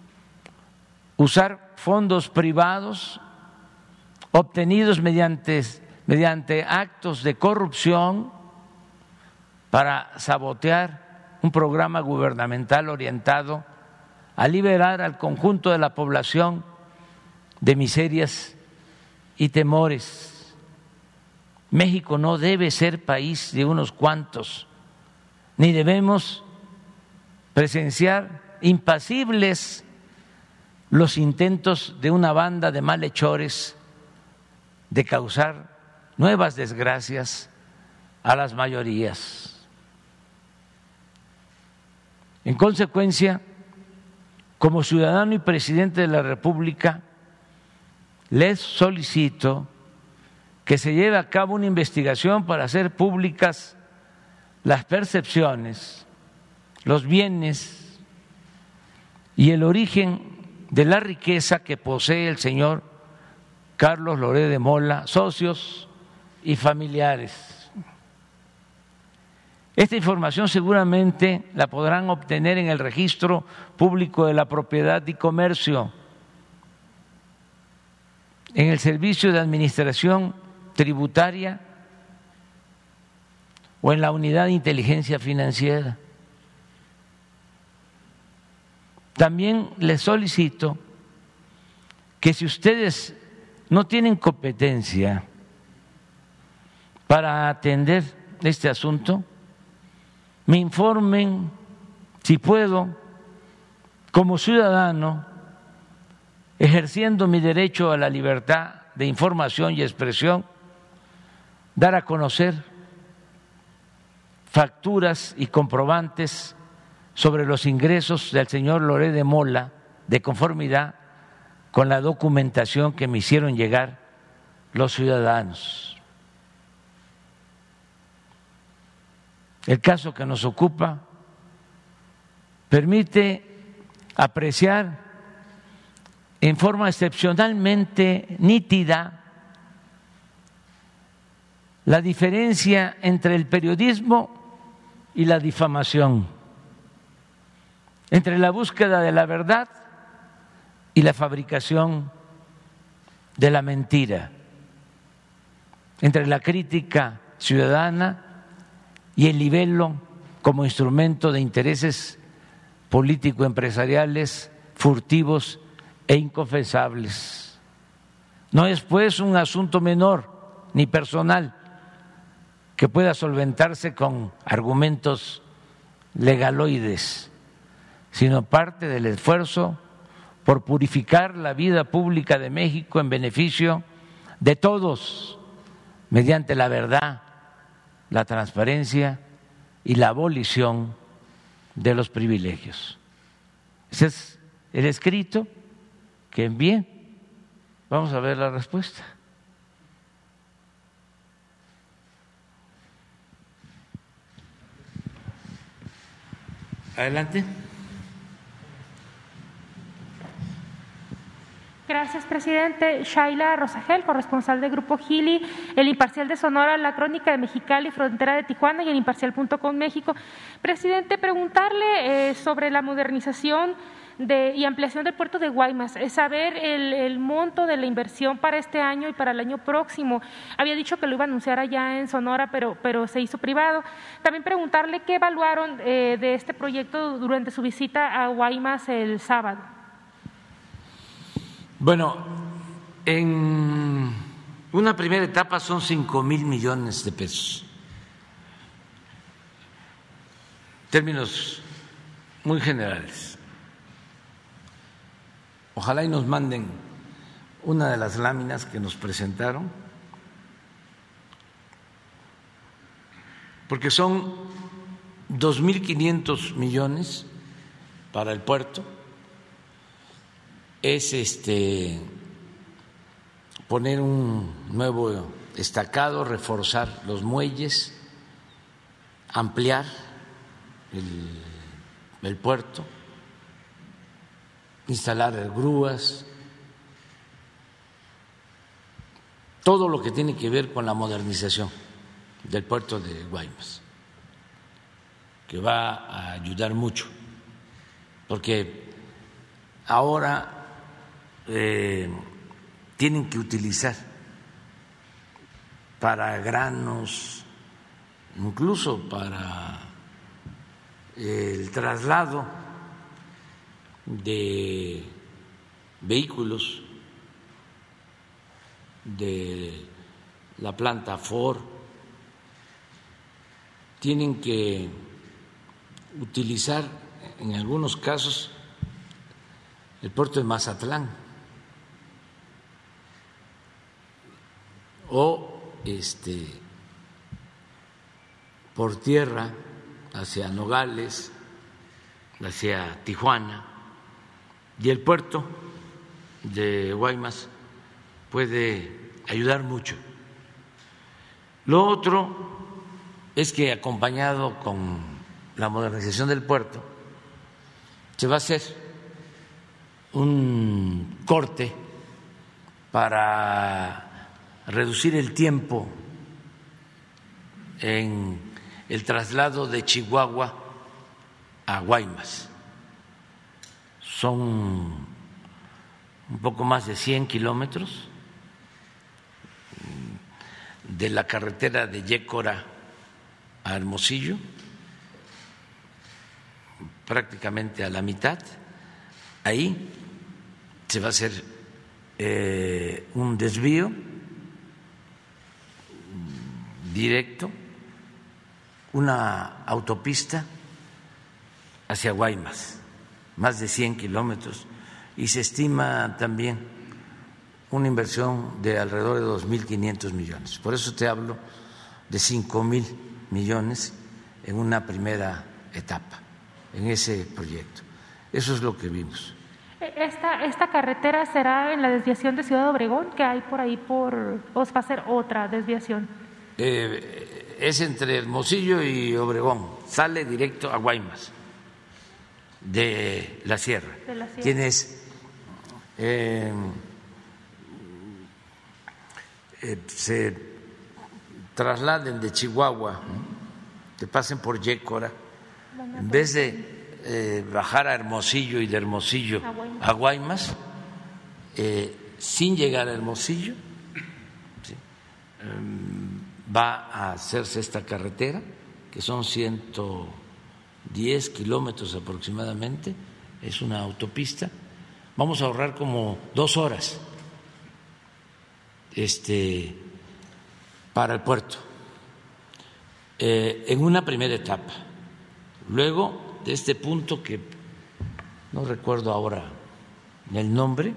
usar fondos privados obtenidos mediante actos de corrupción para sabotear un programa gubernamental orientado a liberar al conjunto de la población de miserias y temores. México no debe ser país de unos cuantos, ni debemos presenciar impasibles los intentos de una banda de malhechores de causar nuevas desgracias a las mayorías. En consecuencia, como ciudadano y presidente de la República, les solicito que se lleve a cabo una investigación para hacer públicas las percepciones, los bienes y el origen de la riqueza que posee el señor Carlos Loret de Mola, socios y familiares. Esta información seguramente la podrán obtener en el Registro Público de la Propiedad y Comercio, en el Servicio de Administración Tributaria o en la Unidad de Inteligencia Financiera. También les solicito que si ustedes no tienen competencia para atender este asunto, me informen, si puedo, como ciudadano, ejerciendo mi derecho a la libertad de información y expresión, dar a conocer facturas y comprobantes sobre los ingresos del señor Loret de Mola de conformidad con la documentación que me hicieron llegar los ciudadanos. El caso que nos ocupa permite apreciar en forma excepcionalmente nítida la diferencia entre el periodismo y la difamación, entre la búsqueda de la verdad y la fabricación de la mentira, entre la crítica ciudadana y el libelo como instrumento de intereses político-empresariales furtivos e inconfesables. No es pues un asunto menor ni personal que pueda solventarse con argumentos legaloides, sino parte del esfuerzo por purificar la vida pública de México en beneficio de todos, mediante la verdad, la transparencia y la abolición de los privilegios. Ese es el escrito que envié. Vamos a ver la respuesta. Adelante. Gracias, presidente. Shaila Rosagel, corresponsal del Grupo Gili, El Imparcial de Sonora, La Crónica de Mexicali, Frontera de Tijuana y El Imparcial.com México. Presidente, preguntarle sobre la modernización y ampliación del puerto de Guaymas, saber el monto de la inversión para este año y para el año próximo. Había dicho que lo iba a anunciar allá en Sonora, pero se hizo privado. También preguntarle qué evaluaron de este proyecto durante su visita a Guaymas el sábado. Bueno, en una primera etapa son 5,000 millones de pesos. Términos muy generales. Ojalá y nos manden una de las láminas que nos presentaron, porque son 2.500 millones para el puerto. Es poner un nuevo estacado, reforzar los muelles, ampliar el puerto, instalar grúas, todo lo que tiene que ver con la modernización del puerto de Guaymas, que va a ayudar mucho, porque ahora tienen que utilizar para granos, incluso para el traslado de vehículos de la planta Ford, tienen que utilizar en algunos casos el puerto de Mazatlán o por tierra hacia Nogales, hacia Tijuana, y el puerto de Guaymas puede ayudar mucho. Lo otro es que, acompañado con la modernización del puerto, se va a hacer un corte para reducir el tiempo en el traslado de Chihuahua a Guaymas. Son un poco más de 100 kilómetros de la carretera de Yécora a Hermosillo, prácticamente a la mitad. Ahí se va a hacer un desvío directo, una autopista hacia Guaymas, más de 100 kilómetros, y se estima también una inversión de alrededor de 2.500 millones. Por eso te hablo de 5.000 millones en una primera etapa, en ese proyecto. Eso es lo que vimos. ¿Esta carretera será en la desviación de Ciudad Obregón, que hay por ahí, o va a ser otra desviación? Es entre Hermosillo y Obregón, sale directo a Guaymas de la sierra. Quienes se trasladen de Chihuahua, que pasen por Yécora, en vez de bajar a Hermosillo y de Hermosillo a Guaymas, sin llegar a Hermosillo, ¿sí? Va a hacerse esta carretera, que son 110 kilómetros aproximadamente, es una autopista. Vamos a ahorrar como 2 horas para el puerto, en una primera etapa. Luego, de este punto que no recuerdo ahora el nombre,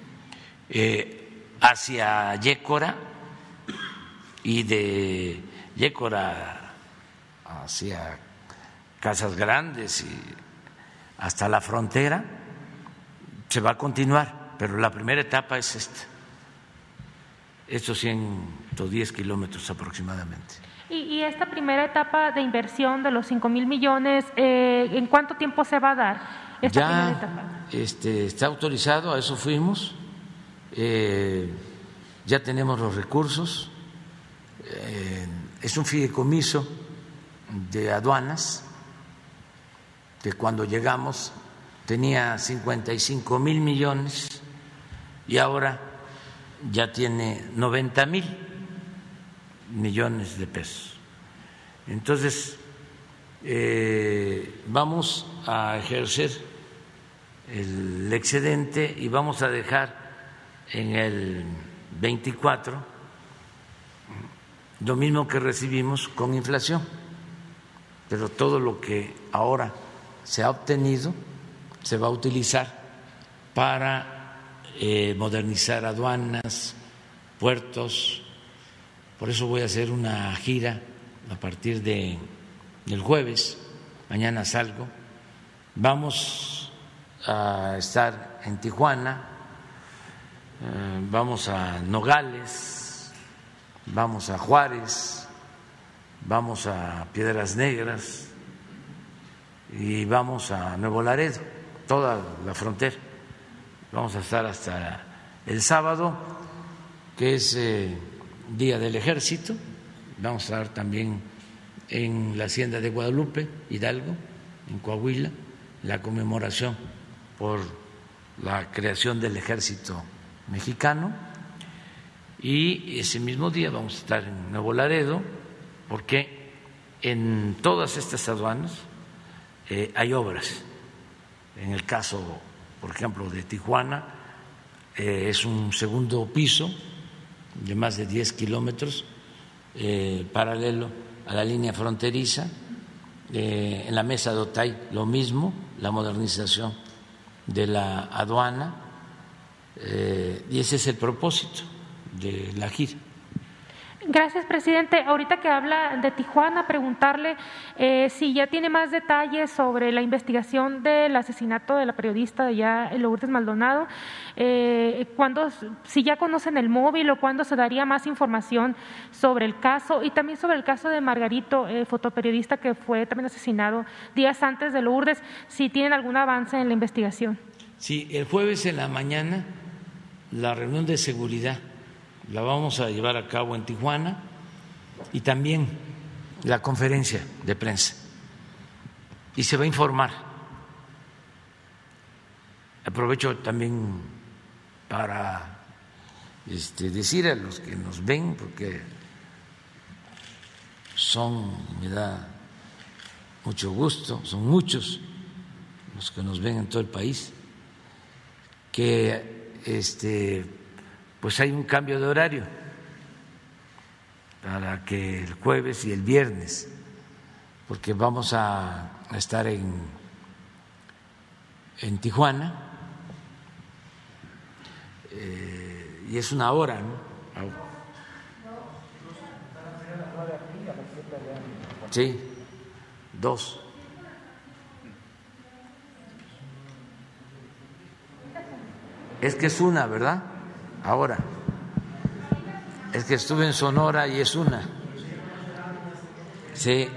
hacia Yécora, y de Yécora hacia Casas Grandes y hasta la frontera, se va a continuar, pero la primera etapa es estos 110 kilómetros aproximadamente. Y esta primera etapa de inversión de los 5,000 millones, ¿en cuánto tiempo se va a dar esta primera etapa? Está autorizado, a eso fuimos, ya tenemos los recursos, es un fideicomiso de aduanas que cuando llegamos tenía 55,000 millones y ahora ya tiene 90,000 millones de pesos. Entonces, vamos a ejercer el excedente y vamos a dejar en el 24 lo mismo que recibimos con inflación, pero todo lo que ahora se ha obtenido se va a utilizar para modernizar aduanas, puertos. Por eso voy a hacer una gira a partir del jueves, mañana salgo. Vamos a estar en Tijuana, vamos a Nogales, vamos a Juárez, vamos a Piedras Negras y vamos a Nuevo Laredo, toda la frontera. Vamos a estar hasta el sábado, que es Día del Ejército. Vamos a estar también en la Hacienda de Guadalupe, Hidalgo, en Coahuila, la conmemoración por la creación del Ejército Mexicano. Y ese mismo día vamos a estar en Nuevo Laredo, porque en todas estas aduanas hay obras. En el caso, por ejemplo, de Tijuana, es un segundo piso de más de 10 kilómetros, paralelo a la línea fronteriza. En la mesa de Otay lo mismo, la modernización de la aduana, y ese es el propósito de la gira. Gracias, presidente. Ahorita que habla de Tijuana, preguntarle si ya tiene más detalles sobre la investigación del asesinato de la periodista de allá, Lourdes Maldonado, si ya conocen el móvil o cuándo se daría más información sobre el caso, y también sobre el caso de Margarito, fotoperiodista que fue también asesinado días antes de Lourdes, si tienen algún avance en la investigación. Sí, el jueves en la mañana la reunión de seguridad la vamos a llevar a cabo en Tijuana, y también la conferencia de prensa, y se va a informar. Aprovecho también para decir a los que nos ven, porque me da mucho gusto, son muchos los que nos ven en todo el país, que pues hay un cambio de horario para que el jueves y el viernes, porque vamos a estar en Tijuana, y es una hora, ¿no? Sí, 2. Es que es una, ¿verdad? Ahora, es que estuve en Sonora y es una. Sí.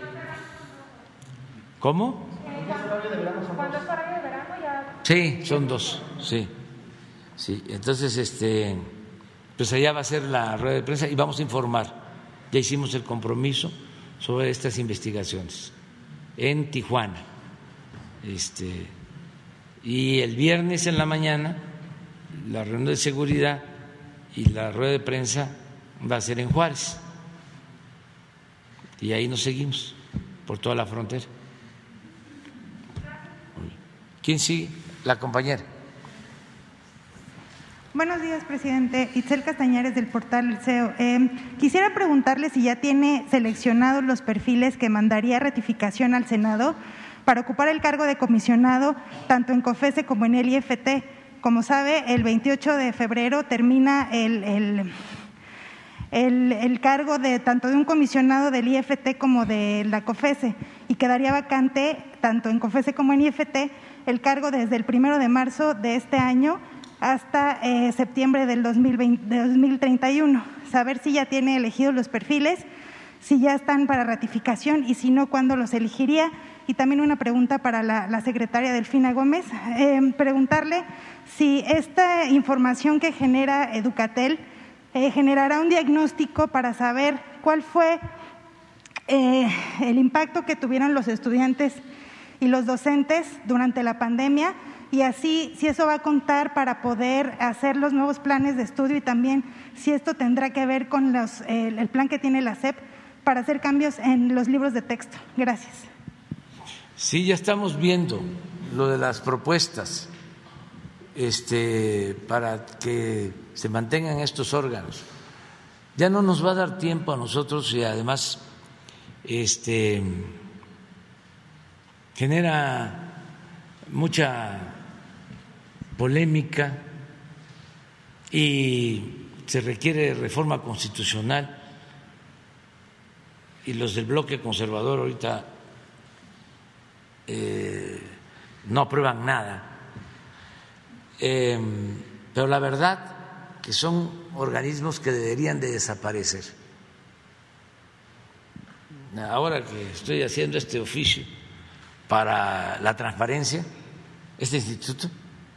¿Cómo? ¿Cuándo es horario de verano? Sí, son 2, sí. Sí, entonces, pues allá va a ser la rueda de prensa y vamos a informar. Ya hicimos el compromiso sobre estas investigaciones en Tijuana. Y el viernes en la mañana, la reunión de seguridad y la rueda de prensa va a ser en Juárez, y ahí nos seguimos por toda la frontera. ¿Quién sigue? La compañera. Buenos días, presidente. Itzel Castañares, del portal El CEO. Quisiera preguntarle si ya tiene seleccionados los perfiles que mandaría a ratificación al Senado para ocupar el cargo de comisionado tanto en COFESE como en el IFT. Como sabe, el 28 de febrero termina el cargo de tanto de un comisionado del IFT como de la COFESE, y quedaría vacante tanto en COFESE como en IFT el cargo desde el 1 de marzo de este año hasta septiembre del 2031. Saber si ya tiene elegidos los perfiles si ya están para ratificación y si no, ¿cuándo los elegiría? Y también una pregunta para la secretaria Delfina Gómez, preguntarle si esta información que genera Educatel generará un diagnóstico para saber cuál fue el impacto que tuvieron los estudiantes y los docentes durante la pandemia, y así si eso va a contar para poder hacer los nuevos planes de estudio, y también si esto tendrá que ver con el plan que tiene la SEP para hacer cambios en los libros de texto. Gracias. Sí, ya estamos viendo lo de las propuestas para que se mantengan estos órganos. Ya no nos va a dar tiempo a nosotros y además genera mucha polémica y se requiere reforma constitucional, y los del bloque conservador ahorita no aprueban nada, pero la verdad que son organismos que deberían de desaparecer. Ahora que estoy haciendo este oficio para la transparencia, este instituto,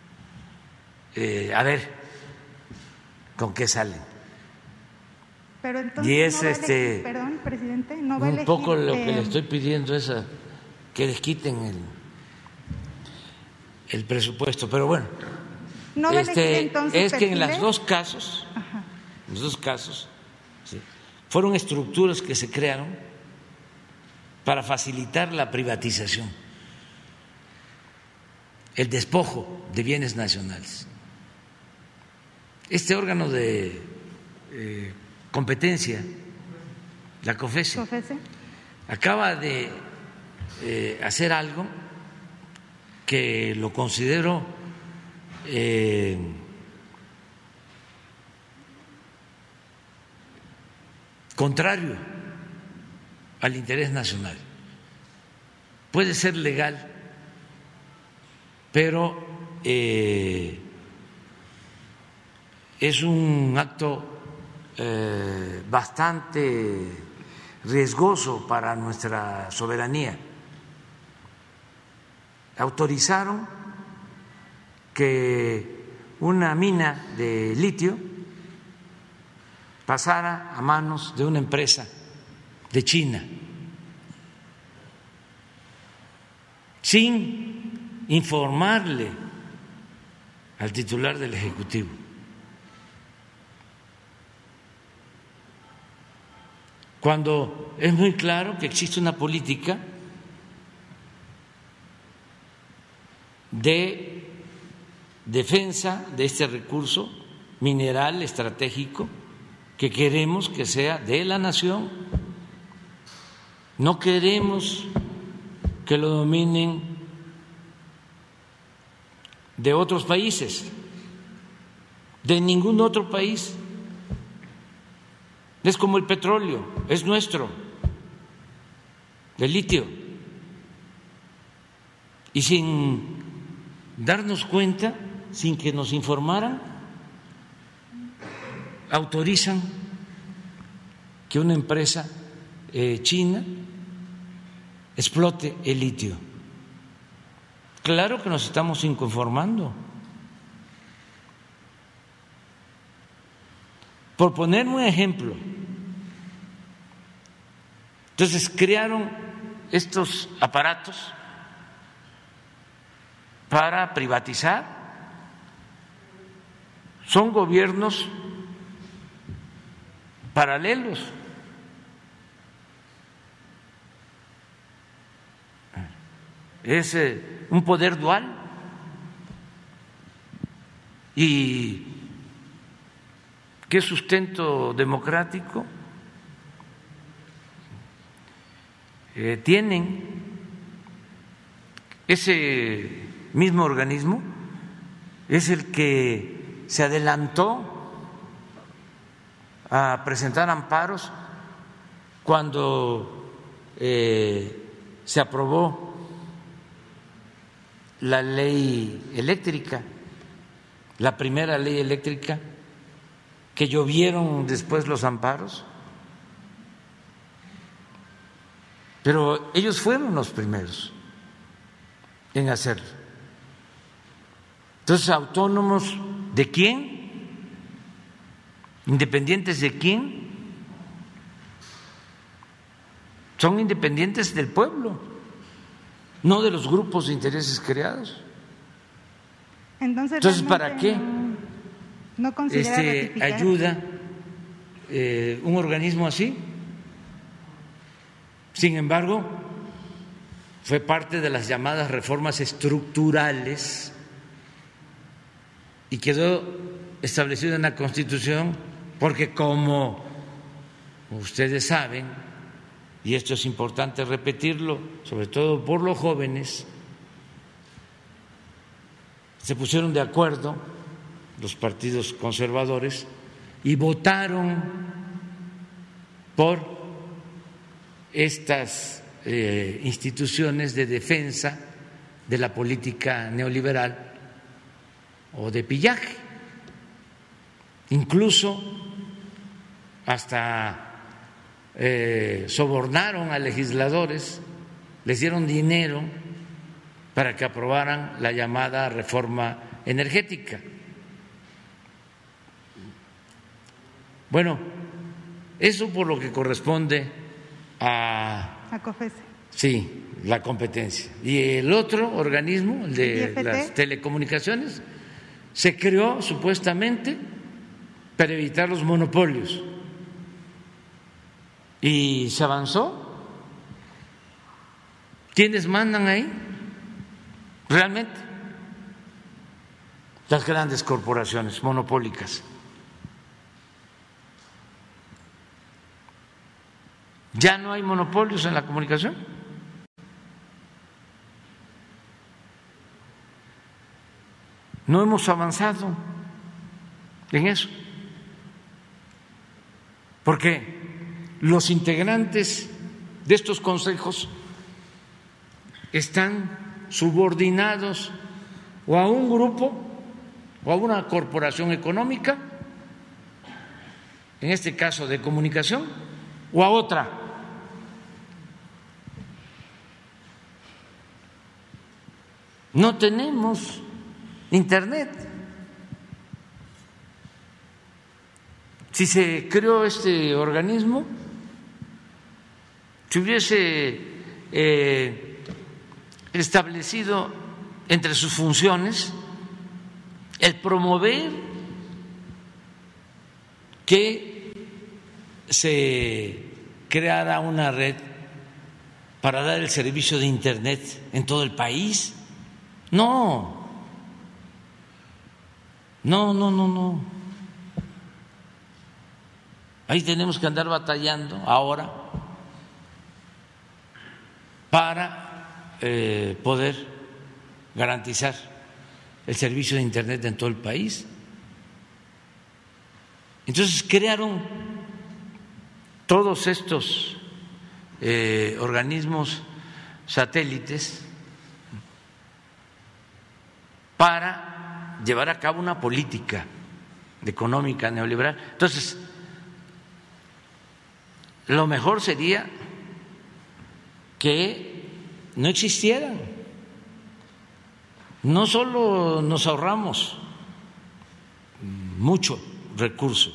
a ver con qué salen. Pero entonces y es no va a elegir, perdón, presidente, no va a elegir, un poco lo que le estoy pidiendo es que les quiten el presupuesto, pero bueno, no va a elegir, entonces, es que en los dos casos, sí, fueron estructuras que se crearon para facilitar la privatización, el despojo de bienes nacionales. Este órgano de competencia, la COFECE, acaba de hacer algo que lo considero contrario al interés nacional. Puede ser legal, pero es un acto bastante riesgoso para nuestra soberanía. Autorizaron que una mina de litio pasara a manos de una empresa de China sin informarle al titular del Ejecutivo. Cuando es muy claro que existe una política de defensa de este recurso mineral estratégico que queremos que sea de la nación. No queremos que lo dominen de otros países, de ningún otro país. Es como el petróleo, es nuestro, el litio. Y sin darnos cuenta, sin que nos informaran, autorizan que una empresa china explote el litio. Claro que nos estamos inconformando. Por poner un ejemplo, entonces crearon estos aparatos para privatizar. Son gobiernos paralelos. Es un poder dual. ¿Y qué sustento democrático tienen? Ese mismo organismo es el que se adelantó a presentar amparos cuando se aprobó la ley eléctrica, la primera ley eléctrica, que llovieron después los amparos. pero ellos fueron los primeros en hacerlo. Entonces, ¿autónomos de quién? ¿Independientes de quién? Son independientes del pueblo, no de los grupos de intereses creados. Entonces, ¿para qué no considera ayuda un organismo así? Sin embargo, fue parte de las llamadas reformas estructurales y quedó establecido en la Constitución porque, como ustedes saben, y esto es importante repetirlo, sobre todo por los jóvenes, se pusieron de acuerdo los partidos conservadores y votaron por estas instituciones de defensa de la política neoliberal o de pillaje. Incluso hasta sobornaron a legisladores, les dieron dinero para que aprobaran la llamada reforma energética. Bueno, eso por lo que corresponde a COFESE. Sí, la competencia. Y el otro organismo, el de las telecomunicaciones, se creó supuestamente para evitar los monopolios. Y se avanzó. ¿Quiénes mandan ahí? Realmente las grandes corporaciones monopólicas. ¿Ya no hay monopolios en la comunicación? No hemos avanzado en eso. Porque los integrantes de estos consejos están subordinados o a un grupo o a una corporación económica, en este caso de comunicación, o a otra. No tenemos internet. Si se creó este organismo, se hubiese establecido entre sus funciones el promover que se creara una red para dar el servicio de internet en todo el país. No. Ahí tenemos que andar batallando ahora para poder garantizar el servicio de internet en todo el país. Entonces crearon todos estos organismos satélites para llevar a cabo una política económica neoliberal. Entonces, lo mejor sería que no existieran. No solo nos ahorramos mucho recurso,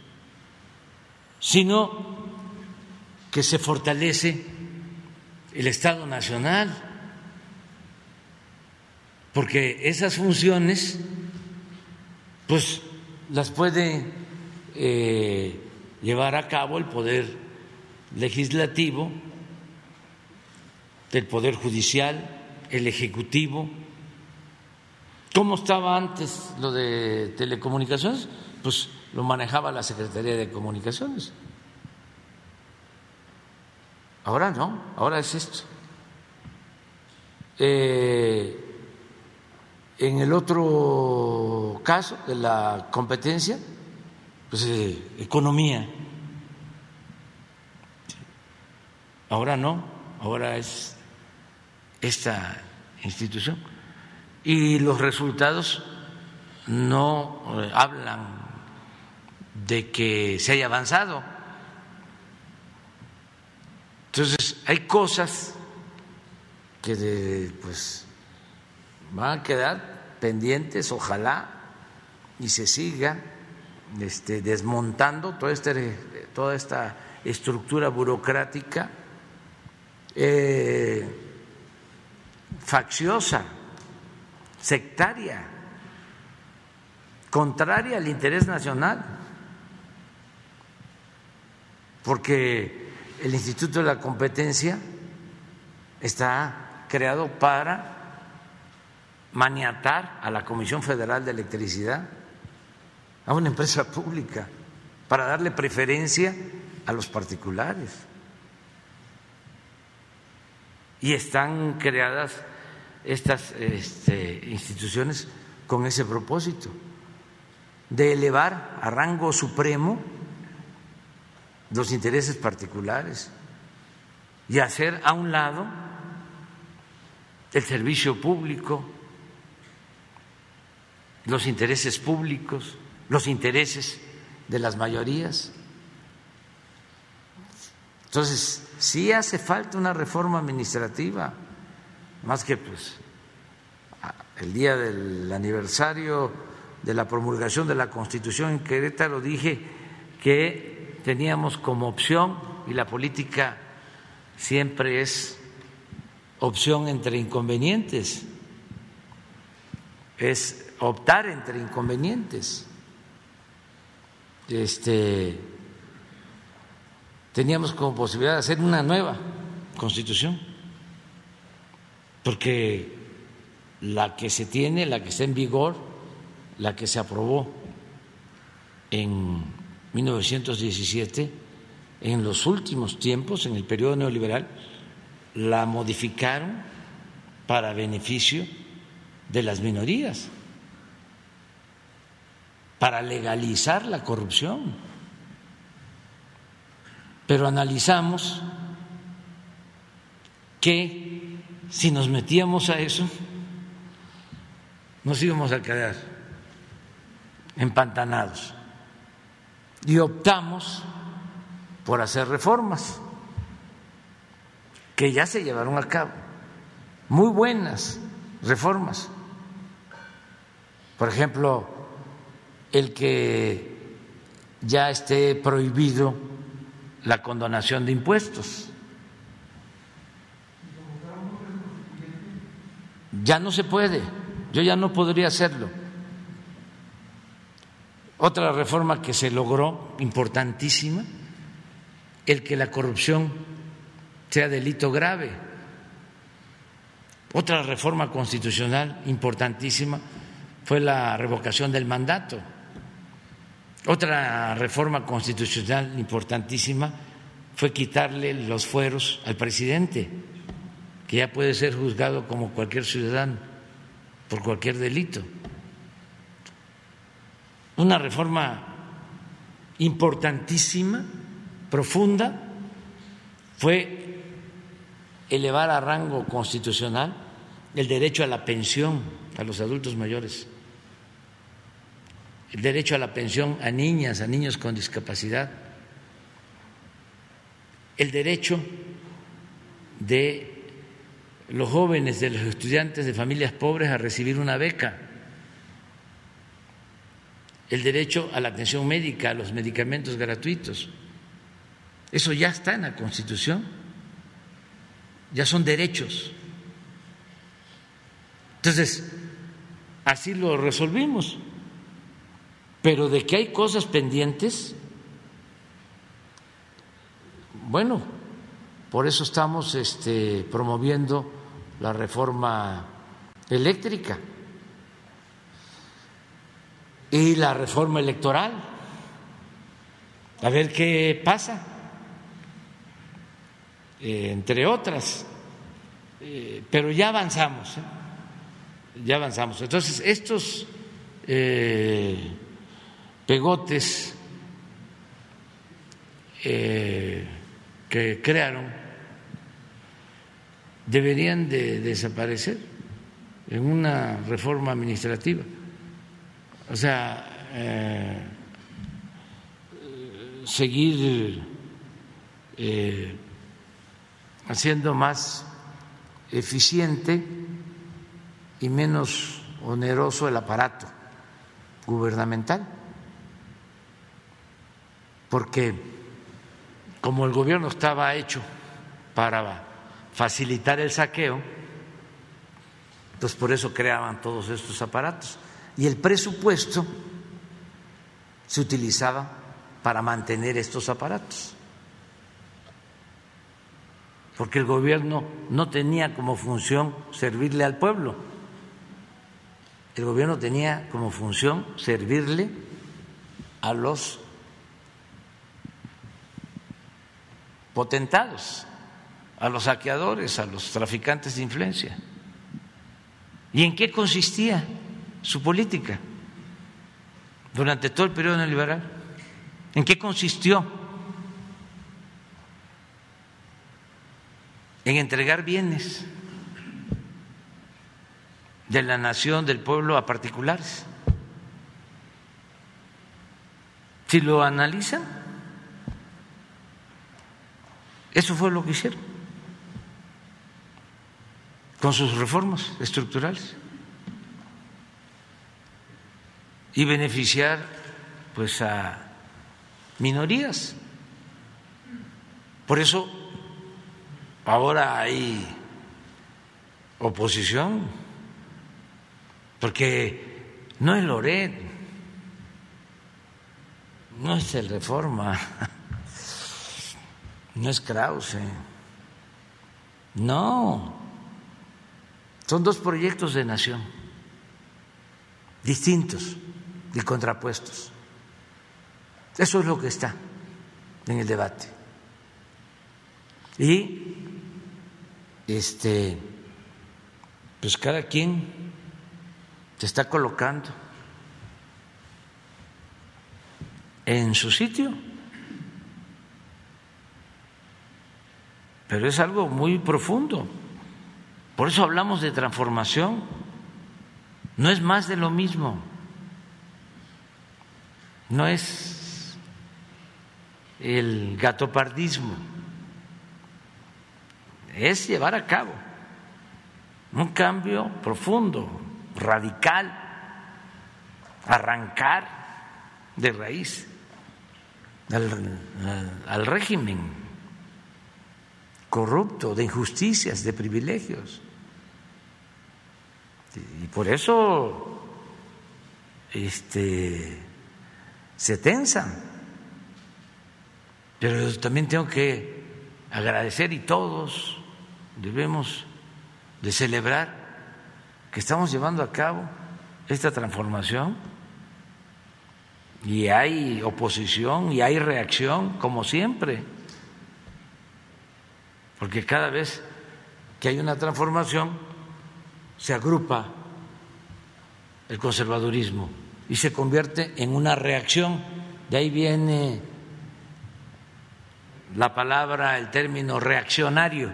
sino que se fortalece el Estado Nacional, porque esas funciones pues las puede llevar a cabo el Poder Legislativo, el Poder Judicial, el Ejecutivo. ¿Cómo estaba antes lo de telecomunicaciones? Pues lo manejaba la Secretaría de Comunicaciones. Ahora no, ahora es esto. En el otro caso de la competencia, pues economía. Ahora no, ahora es esta institución. Y los resultados no hablan de que se haya avanzado. Entonces, hay cosas que pues van a quedar pendientes, ojalá, y se siga desmontando toda esta estructura burocrática facciosa, sectaria, contraria al interés nacional, porque el Instituto de la Competencia está creado para maniatar a la Comisión Federal de Electricidad, a una empresa pública, para darle preferencia a los particulares. Y están creadas estas instituciones con ese propósito, de elevar a rango supremo los intereses particulares y hacer a un lado el servicio público, los intereses públicos, los intereses de las mayorías. Entonces, sí hace falta una reforma administrativa, más que pues el día del aniversario de la promulgación de la Constitución en Querétaro dije que teníamos como opción, y la política siempre es opción entre inconvenientes, es optar entre inconvenientes. Teníamos como posibilidad de hacer una nueva Constitución, porque la que se tiene, la que está en vigor, la que se aprobó en 1917, en los últimos tiempos, en el periodo neoliberal, la modificaron para beneficio de las minorías, para legalizar la corrupción. Pero analizamos que si nos metíamos a eso, nos íbamos a quedar empantanados, y optamos por hacer reformas que ya se llevaron a cabo, muy buenas reformas. Por ejemplo, el que ya esté prohibido la condonación de impuestos. Ya no se puede, yo ya no podría hacerlo. Otra reforma que se logró, importantísima, el que la corrupción sea delito grave. Otra reforma constitucional importantísima fue la revocación del mandato. Otra reforma constitucional importantísima fue quitarle los fueros al presidente, que ya puede ser juzgado como cualquier ciudadano por cualquier delito. Una reforma importantísima, profunda, fue elevar a rango constitucional el derecho a la pensión a los adultos mayores, el derecho a la pensión a niñas, a niños con discapacidad, el derecho de los jóvenes, de los estudiantes de familias pobres a recibir una beca, el derecho a la atención médica, a los medicamentos gratuitos. Eso ya está en la Constitución, ya son derechos. Entonces, así lo resolvimos. Pero de que hay cosas pendientes, bueno, por eso estamos promoviendo la reforma eléctrica y la reforma electoral, a ver qué pasa, entre otras, pero ya avanzamos, ya avanzamos. Entonces, estos pegotes que crearon deberían de desaparecer en una reforma administrativa. O sea, seguir haciendo más eficiente y menos oneroso el aparato gubernamental, porque como el gobierno estaba hecho para facilitar el saqueo, pues por eso creaban todos estos aparatos y el presupuesto se utilizaba para mantener estos aparatos, porque el gobierno no tenía como función servirle al pueblo, el gobierno tenía como función servirle a los potentados, a los saqueadores, a los traficantes de influencia. ¿Y en qué consistía su política durante todo el periodo neoliberal? ¿En qué consistió? En entregar bienes de la nación, del pueblo, a particulares. Si lo analizan, eso fue lo que hicieron con sus reformas estructurales y beneficiar pues a minorías. Por eso ahora hay oposición, porque no es Loret, no es el Reforma, no es Krause, no, son dos proyectos de nación distintos y contrapuestos. Eso es lo que está en el debate. Y pues cada quien se está colocando en su sitio, pero es algo muy profundo. Por eso hablamos de transformación, no es más de lo mismo, no es el gatopardismo, es llevar a cabo un cambio profundo, radical, arrancar de raíz al régimen corrupto de injusticias, de privilegios. Y por eso se tensan. Pero también tengo que agradecer, y todos debemos de celebrar que estamos llevando a cabo esta transformación, y hay oposición y hay reacción, como siempre, porque cada vez que hay una transformación se agrupa el conservadurismo y se convierte en una reacción. De ahí viene la palabra, el término reaccionario,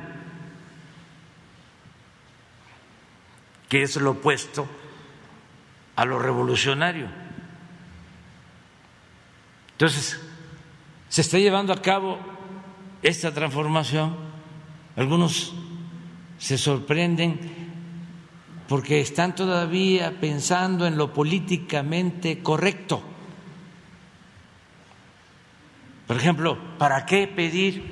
que es lo opuesto a lo revolucionario. Entonces, se está llevando a cabo esta transformación. Algunos se sorprenden porque están todavía pensando en lo políticamente correcto. Por ejemplo, ¿para qué pedir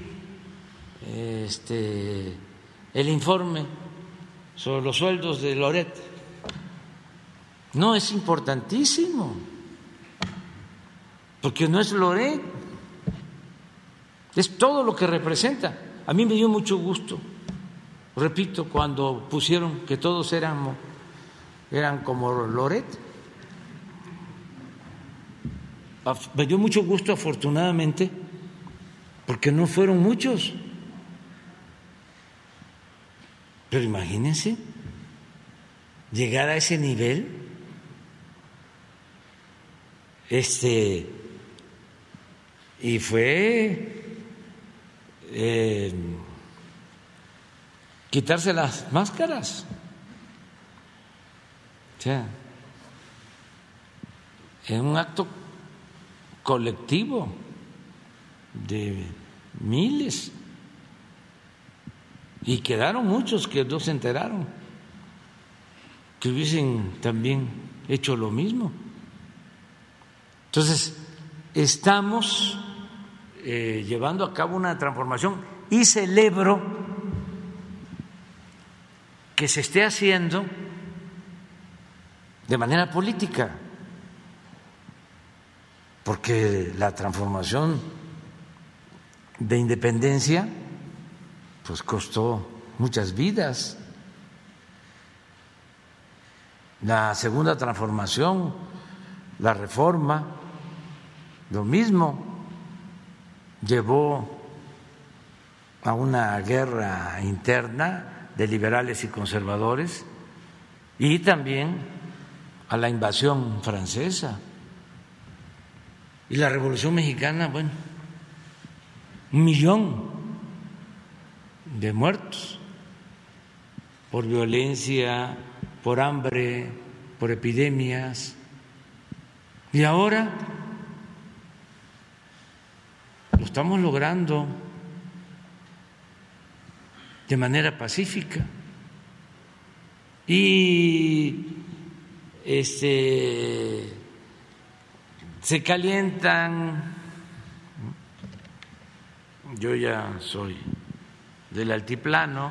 el informe sobre los sueldos de Loret? No, es importantísimo, porque no es Loret, es todo lo que representa. A mí me dio mucho gusto, repito, cuando pusieron que todos eran como Loret. Me dio mucho gusto, afortunadamente, porque no fueron muchos. Pero imagínense llegar a ese nivel, y fue quitarse las máscaras. O sea, en un acto colectivo de miles Y quedaron muchos que no se enteraron, que hubiesen también hecho lo mismo. Entonces, estamos llevando a cabo una transformación y celebro que se esté haciendo de manera política, porque la transformación de independencia pues costó muchas vidas. La segunda transformación, la reforma, lo mismo, llevó a una guerra interna de liberales y conservadores y también a la invasión francesa. Y la Revolución Mexicana, bueno, 1 millón de muertos por violencia, por hambre, por epidemias. Y ahora lo estamos logrando de manera pacífica. Y se calientan. Yo ya soy del altiplano,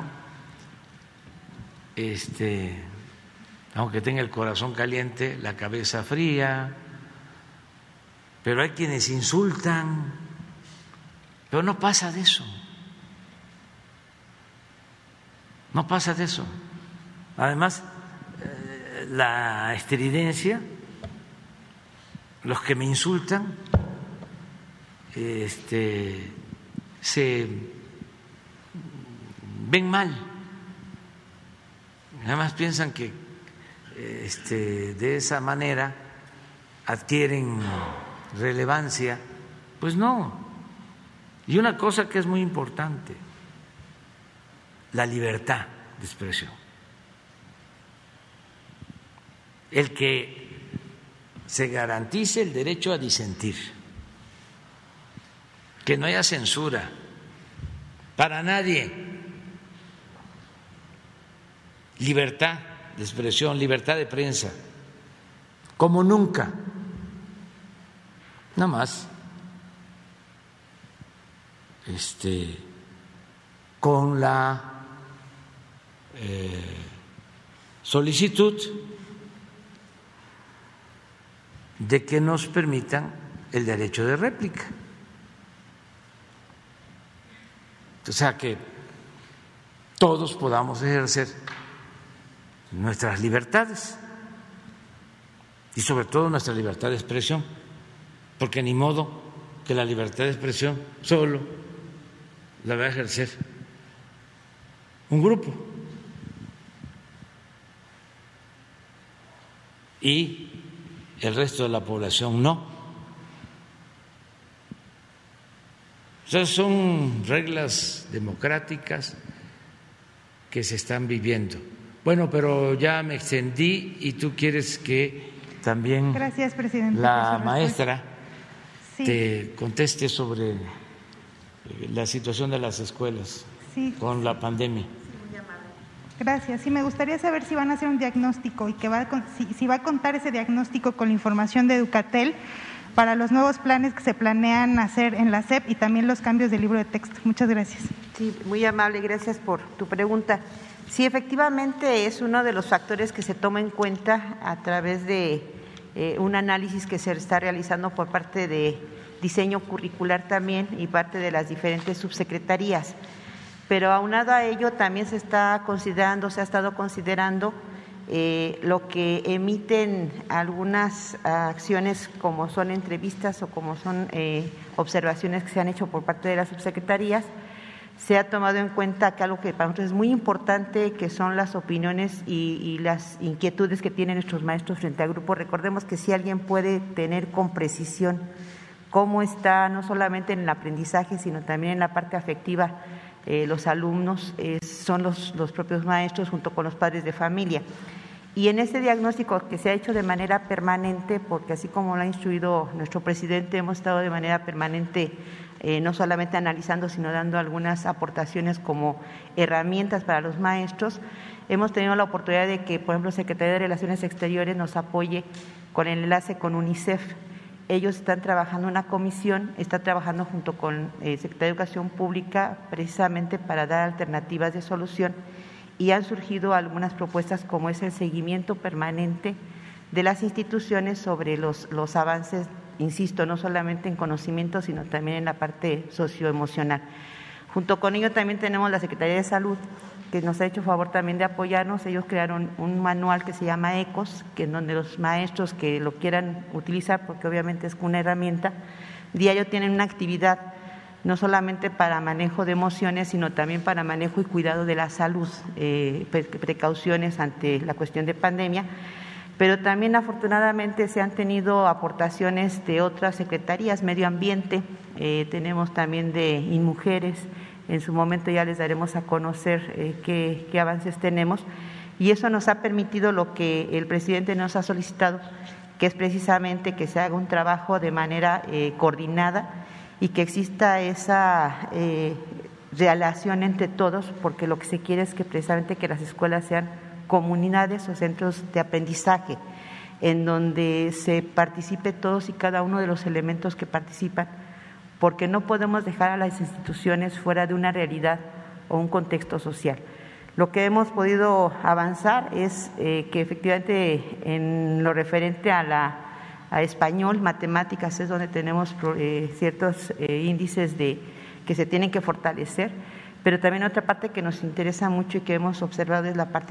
aunque tenga el corazón caliente, la cabeza fría, pero hay quienes insultan, pero no pasa de eso, no pasa de eso. Además, la estridencia, los que me insultan, se ven mal, además piensan que de esa manera adquieren relevancia. Pues no. Y una cosa que es muy importante, la libertad de expresión. El que se garantice el derecho a disentir, que no haya censura para nadie, libertad de expresión, libertad de prensa, como nunca. Nada más con la solicitud de que nos permitan el derecho de réplica. O sea, que todos podamos ejercer nuestras libertades y sobre todo nuestra libertad de expresión, porque ni modo que la libertad de expresión solo la va a ejercer un grupo y el resto de la población no. O sea, son reglas democráticas que se están viviendo. Bueno, pero ya me extendí y tú quieres que también Gracias, presidente, la maestra sí. te conteste sobre la situación de las escuelas sí. con la pandemia. Gracias. Sí, me gustaría saber si van a hacer un diagnóstico y si va a contar ese diagnóstico con la información de Educatel para los nuevos planes que se planean hacer en la SEP y también los cambios del libro de texto. Muchas gracias. Sí, muy amable, gracias por tu pregunta. Sí, efectivamente es uno de los factores que se toma en cuenta a través de un análisis que se está realizando por parte de diseño curricular también y parte de las diferentes subsecretarías. Pero aunado a ello también se ha estado considerando lo que emiten algunas acciones como son entrevistas o como son observaciones que se han hecho por parte de las subsecretarías. Se ha tomado en cuenta que algo que para nosotros es muy importante, que son las opiniones y las inquietudes que tienen nuestros maestros frente al grupo. Recordemos que si alguien puede tener con precisión cómo está, no solamente en el aprendizaje, sino también en la parte afectiva, los alumnos, son los propios maestros junto con los padres de familia. Y en este diagnóstico que se ha hecho de manera permanente, porque así como lo ha instruido nuestro presidente, hemos estado de manera permanente no solamente analizando, sino dando algunas aportaciones como herramientas para los maestros. Hemos tenido la oportunidad de que, por ejemplo, Secretaría de Relaciones Exteriores nos apoye con el enlace con UNICEF. Ellos están trabajando, una comisión está trabajando junto con Secretaría de Educación Pública precisamente para dar alternativas de solución, y han surgido algunas propuestas como es el seguimiento permanente de las instituciones sobre los avances, insisto, no solamente en conocimiento, sino también en la parte socioemocional. Junto con ello también tenemos la Secretaría de Salud, que nos ha hecho favor también de apoyarnos. Ellos crearon un manual que se llama ECOS, que en donde los maestros que lo quieran utilizar, porque obviamente es una herramienta, diario tienen una actividad no solamente para manejo de emociones, sino también para manejo y cuidado de la salud, precauciones ante la cuestión de pandemia. Pero también afortunadamente se han tenido aportaciones de otras secretarías, Medio Ambiente, tenemos también de INMujeres. En su momento ya les daremos a conocer qué avances tenemos, y eso nos ha permitido lo que el presidente nos ha solicitado, que es precisamente que se haga un trabajo de manera coordinada y que exista esa relación entre todos, porque lo que se quiere es que precisamente que las escuelas sean comunidades o centros de aprendizaje en donde se participe todos y cada uno de los elementos que participan, porque no podemos dejar a las instituciones fuera de una realidad o un contexto social. Lo que hemos podido avanzar es que efectivamente en lo referente a español, matemáticas, es donde tenemos ciertos índices que se tienen que fortalecer, pero también otra parte que nos interesa mucho y que hemos observado es la parte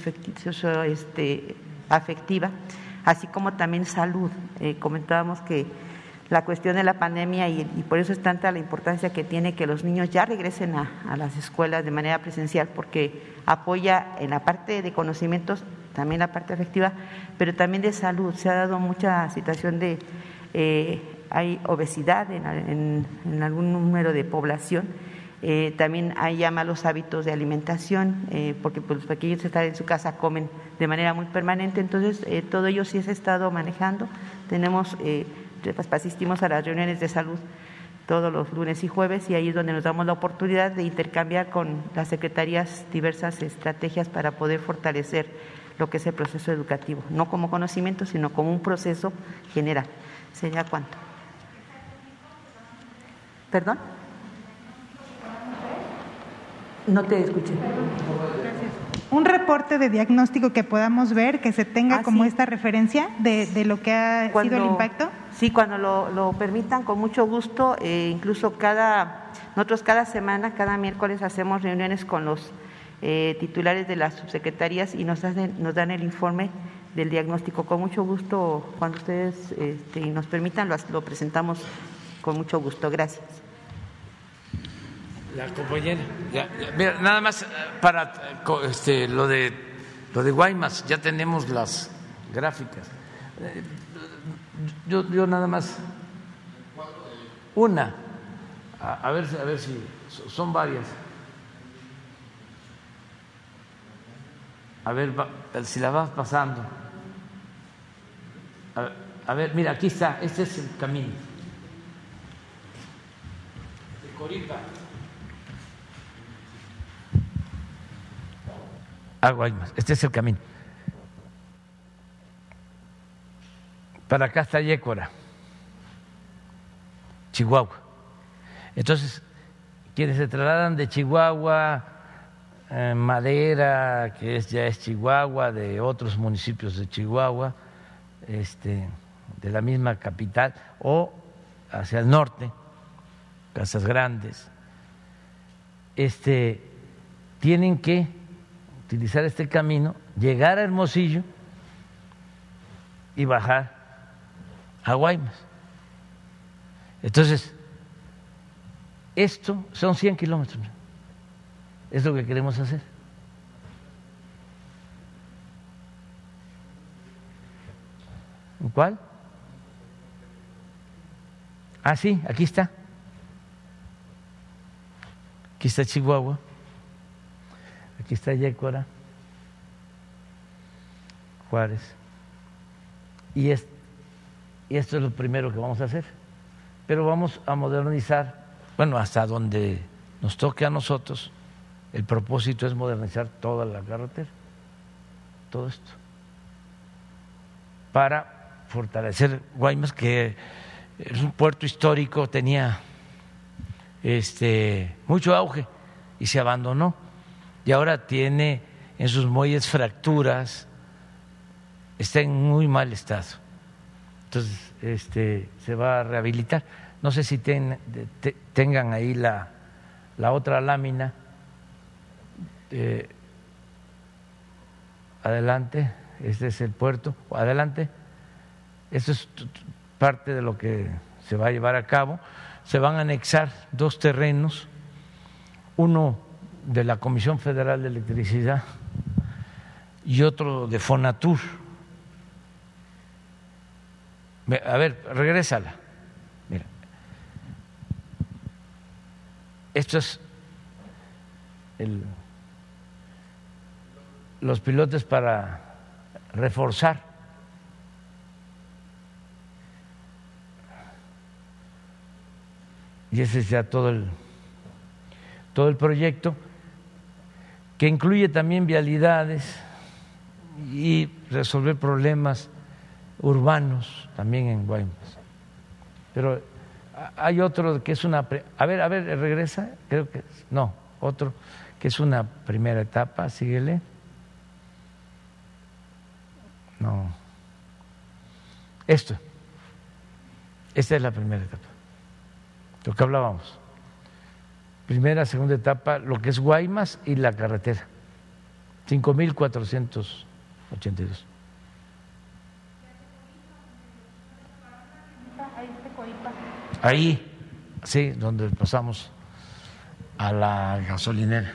afectiva, así como también salud. Comentábamos que la cuestión de la pandemia y por eso es tanta la importancia que tiene que los niños ya regresen a las escuelas de manera presencial, porque apoya en la parte de conocimientos, también la parte afectiva, pero también de salud. Se ha dado mucha situación de hay obesidad en algún número de población, también hay ya malos hábitos de alimentación, porque pues, los pequeños están en su casa, comen de manera muy permanente. Entonces todo ello sí se ha estado manejando. Tenemos asistimos a las reuniones de salud todos los lunes y jueves, y ahí es donde nos damos la oportunidad de intercambiar con las secretarías diversas estrategias para poder fortalecer lo que es el proceso educativo, no como conocimiento, sino como un proceso general. ¿Sería cuánto? ¿Perdón? No te escuché. Un reporte de diagnóstico que podamos ver, que se tenga como esta referencia de lo que ha sido el impacto. Sí, cuando lo permitan, con mucho gusto. Incluso nosotros cada semana, cada miércoles hacemos reuniones con los titulares de las subsecretarías y nos dan el informe del diagnóstico. Con mucho gusto, cuando ustedes nos permitan, lo presentamos con mucho gusto. Gracias. La compañera, mira, nada más para lo de Guaymas, ya tenemos las gráficas. Yo nada más una, a ver si son varias. A ver si la vas pasando. A ver, mira, aquí está, este es el camino. De Corimba a Guaymas, este es el camino. Para acá está Yécora, Chihuahua. Entonces, quienes se trasladan de Chihuahua, Madera, que ya es Chihuahua, de otros municipios de Chihuahua, de la misma capital, o hacia el norte, Casas Grandes, tienen que utilizar este camino, llegar a Hermosillo y bajar a Guaymas. Entonces, esto son 100 kilómetros, es lo que queremos hacer. ¿Cuál? Ah, sí, aquí está. Aquí está Chihuahua. Aquí está Yécora, Juárez, y esto es lo primero que vamos a hacer, pero vamos a modernizar bueno, hasta donde nos toque a nosotros, el propósito es modernizar toda la carretera, todo esto, para fortalecer Guaymas, que es un puerto histórico, tenía mucho auge y se abandonó, y ahora tiene en sus muelles fracturas, está en muy mal estado. Entonces se va a rehabilitar. No sé si tengan ahí la otra lámina. Adelante, este es el puerto. Adelante, esto es parte de lo que se va a llevar a cabo. Se van a anexar 2 terrenos, uno de la Comisión Federal de Electricidad y otro de Fonatur. A ver, regrésala. Mira, esto es los pilotes para reforzar y ese es ya todo el proyecto, que incluye también vialidades y resolver problemas urbanos también en Guaymas. Pero hay otro que es una... A ver, regresa, creo que... No, otro que es una primera etapa, síguele. No. Esta es la primera etapa, lo que hablábamos. Primera, segunda etapa, lo que es Guaymas y la carretera, 5,482. Ahí, sí, donde pasamos a la gasolinera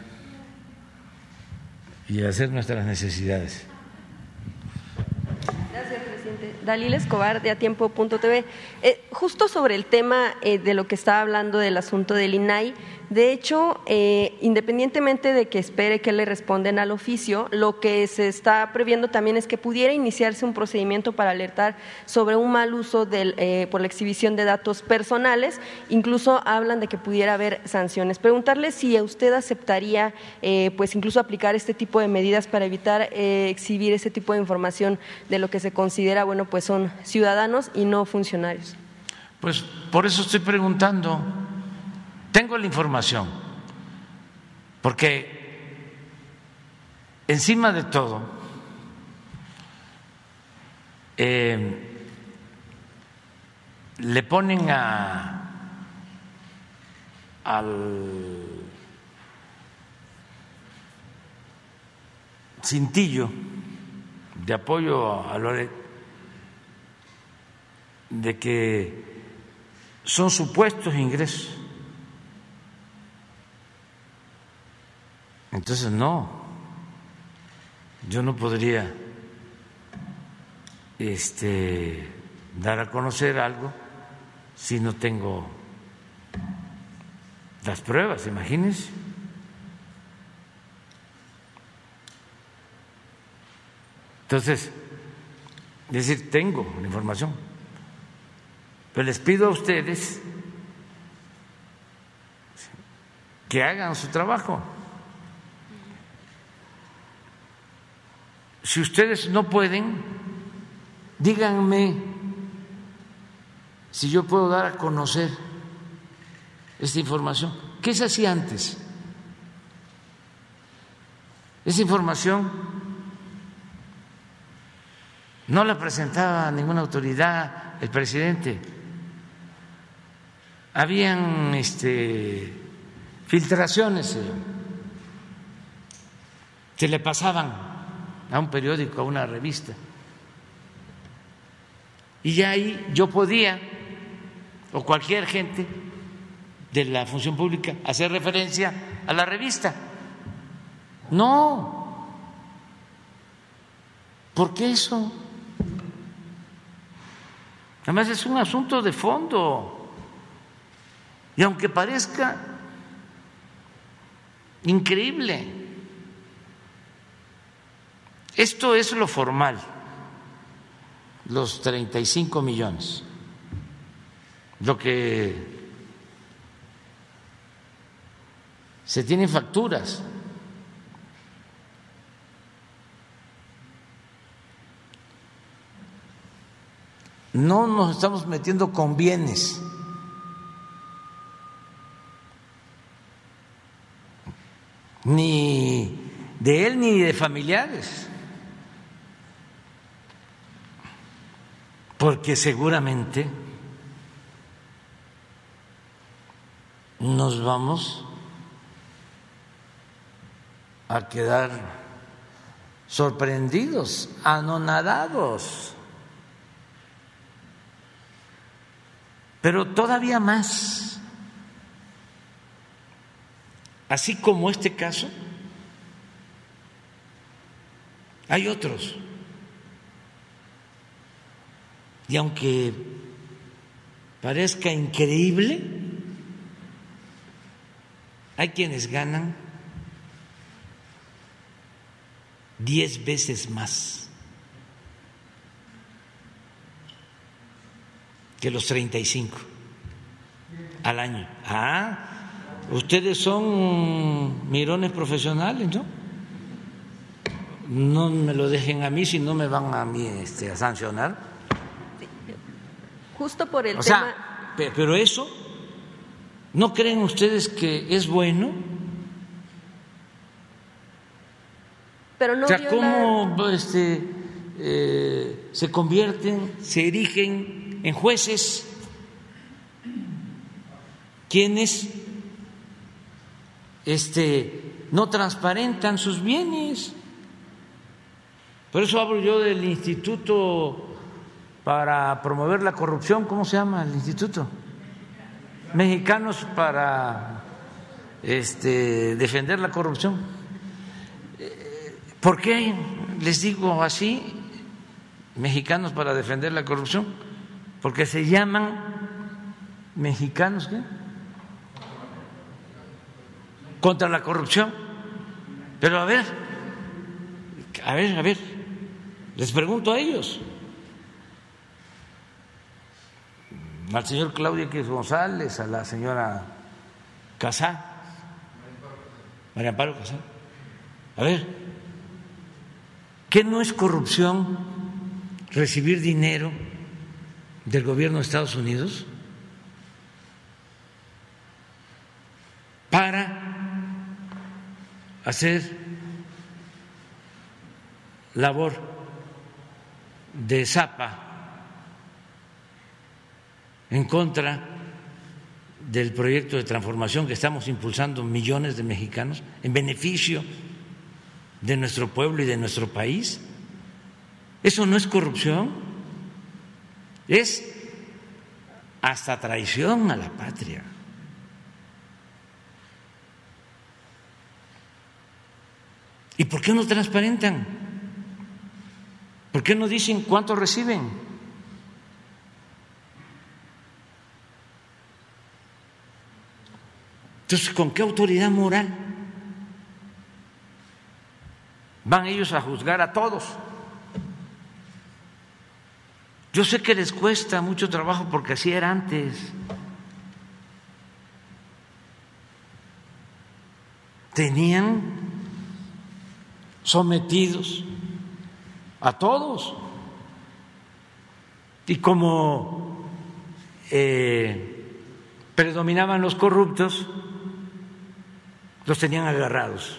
y a hacer nuestras necesidades. Gracias, presidente. Dalila Escobar, de atiempo.tv. Justo sobre el tema de lo que estaba hablando del asunto del INAI, de hecho, independientemente de que espere que le responden al oficio, lo que se está previendo también es que pudiera iniciarse un procedimiento para alertar sobre un mal uso por la exhibición de datos personales. Incluso hablan de que pudiera haber sanciones. Preguntarle si usted aceptaría, pues incluso aplicar este tipo de medidas para evitar exhibir ese tipo de información de lo que se considera, bueno, pues son ciudadanos y no funcionarios. Pues por eso estoy preguntando. Tengo la información, porque encima de todo le ponen al cintillo de apoyo a Loret de que son supuestos ingresos. Entonces no, yo no podría dar a conocer algo si no tengo las pruebas, imagínense. Entonces, es decir, tengo la información, pero les pido a ustedes que hagan su trabajo. Si ustedes no pueden, díganme si yo puedo dar a conocer esta información. ¿Qué se hacía antes? Esa información no la presentaba ninguna autoridad, el presidente. Habían filtraciones que le pasaban a un periódico, a una revista. Y ya ahí yo podía, o cualquier gente de la función pública, hacer referencia a la revista. No. ¿Por qué eso? Además es un asunto de fondo. Y aunque parezca increíble, esto es lo formal, los 35 millones. Lo que se tienen facturas. No nos estamos metiendo con bienes. Ni de él ni de familiares. Porque seguramente nos vamos a quedar sorprendidos, anonadados. Pero todavía más, así como este caso, hay otros. Y aunque parezca increíble, hay quienes ganan 10 veces más que los 35 al año. Ustedes son mirones profesionales, ¿no? No me lo dejen a mí, si no me van a mí a sancionar. Justo por el tema. Sea, pero eso, ¿no creen ustedes que es bueno? Pero no, ¿cómo se convierten, se erigen en jueces quienes no transparentan sus bienes? Por eso hablo yo del Instituto para promover la corrupción. ¿Cómo se llama el instituto? Mexicanos para defender la corrupción. ¿Por qué les digo así? Mexicanos para defender la corrupción. Porque se llaman mexicanos, ¿qué? Contra la corrupción. Pero a ver, les pregunto a ellos, al señor Claudio X González, a la señora Casá, María Amparo Casá, a ver, ¿qué no es corrupción recibir dinero del gobierno de Estados Unidos para hacer labor de zapa en contra del proyecto de transformación que estamos impulsando millones de mexicanos en beneficio de nuestro pueblo y de nuestro país? Eso no es corrupción, es hasta traición a la patria. ¿Y por qué no transparentan? ¿Por qué no dicen cuánto reciben? Entonces, ¿con qué autoridad moral van ellos a juzgar a todos? Yo sé que les cuesta mucho trabajo porque así era antes. Tenían sometidos a todos. Y como predominaban los corruptos, los tenían agarrados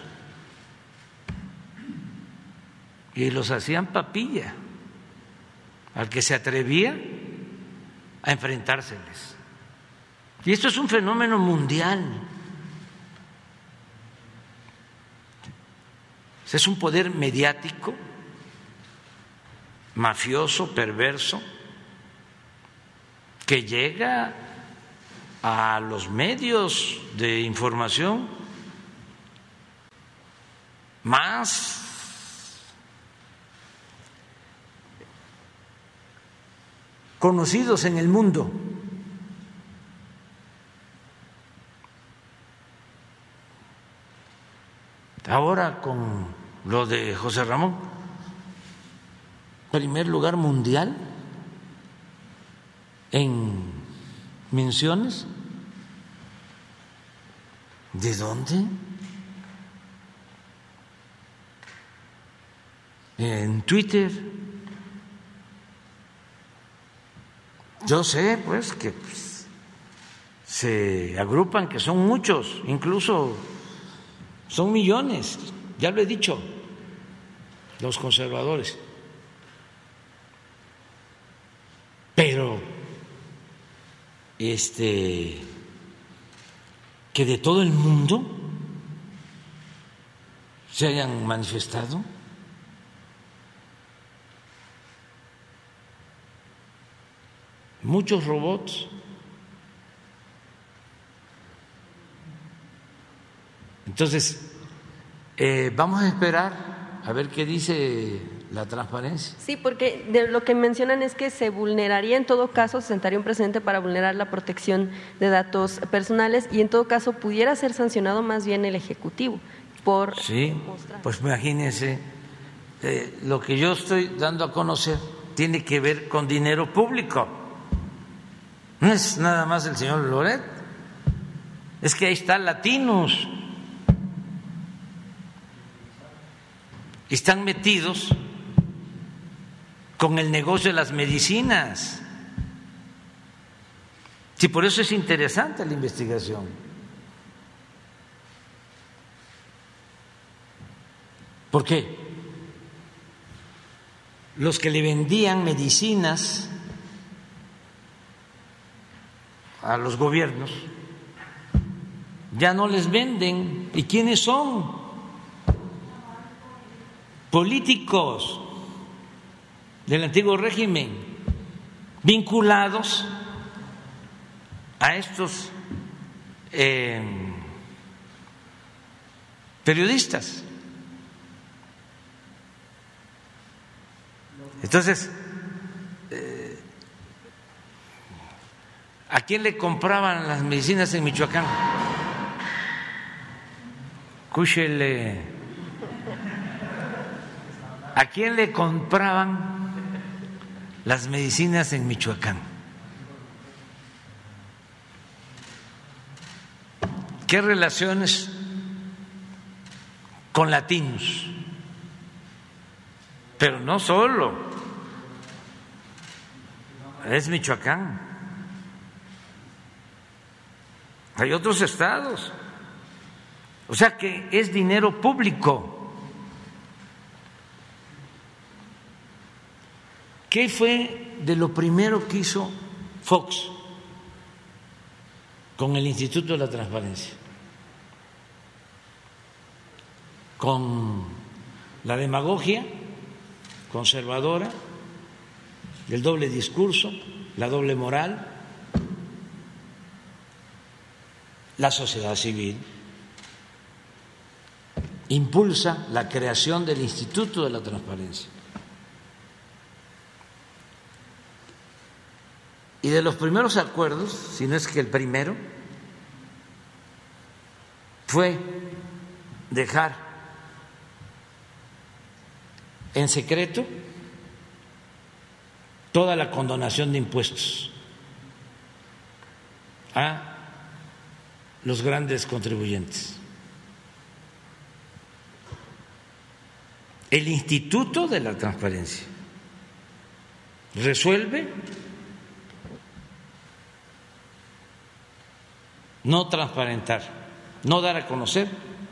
y los hacían papilla al que se atrevía a enfrentárseles. Y esto es un fenómeno mundial. Es un poder mediático, mafioso, perverso, que llega a los medios de información más conocidos en el mundo. Ahora con lo de José Ramón, primer lugar mundial en menciones ¿De dónde? En Twitter. Yo sé, pues, que se agrupan, que son muchos, incluso son millones, ya lo he dicho, los conservadores. Pero que de todo el mundo se hayan manifestado. Muchos robots. Entonces, vamos a esperar a ver qué dice la transparencia. Sí, porque de lo que mencionan es que se vulneraría, en todo caso, se sentaría un precedente para vulnerar la protección de datos personales y en todo caso pudiera ser sancionado más bien el Ejecutivo por sí, mostrar. Pues imagínense, lo que yo estoy dando a conocer tiene que ver con dinero público. No es nada más el señor Loret, es que ahí está Latinos. Están metidos con el negocio de las medicinas. Sí, por eso es interesante la investigación. ¿Por qué? Los que le vendían medicinas a los gobiernos ya no les venden. ¿Y quiénes son? Políticos del antiguo régimen vinculados a estos periodistas. Entonces, ¿a quién le compraban las medicinas en Michoacán? Escúchele. ¿A quién le compraban las medicinas en Michoacán? ¿Qué relaciones con latinos? Pero no solo, es Michoacán. Hay otros estados. O sea que es dinero público. ¿Qué fue de lo primero que hizo Fox con el Instituto de la Transparencia? Con la demagogia conservadora, el doble discurso, la doble moral, la sociedad civil impulsa la creación del Instituto de la Transparencia. Y de los primeros acuerdos, si no es que el primero, fue dejar en secreto toda la condonación de impuestos a los grandes contribuyentes. El Instituto de la Transparencia resuelve no transparentar, no dar a conocer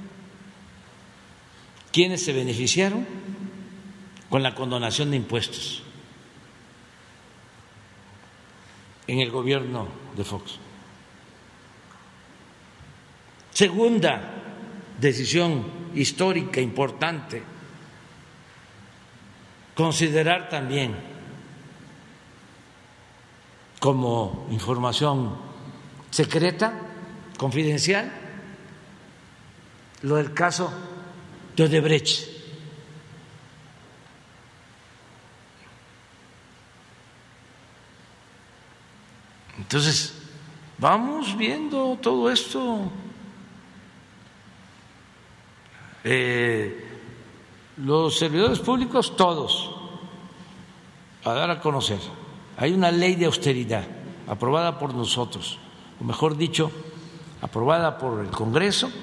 quiénes se beneficiaron con la condonación de impuestos en el gobierno de Fox. Segunda decisión histórica importante, considerar también como información secreta, confidencial, lo del caso de Odebrecht. Entonces, vamos viendo todo esto. Los servidores públicos, todos, a dar a conocer. Hay una ley de austeridad aprobada por nosotros, o mejor dicho, aprobada por el Congreso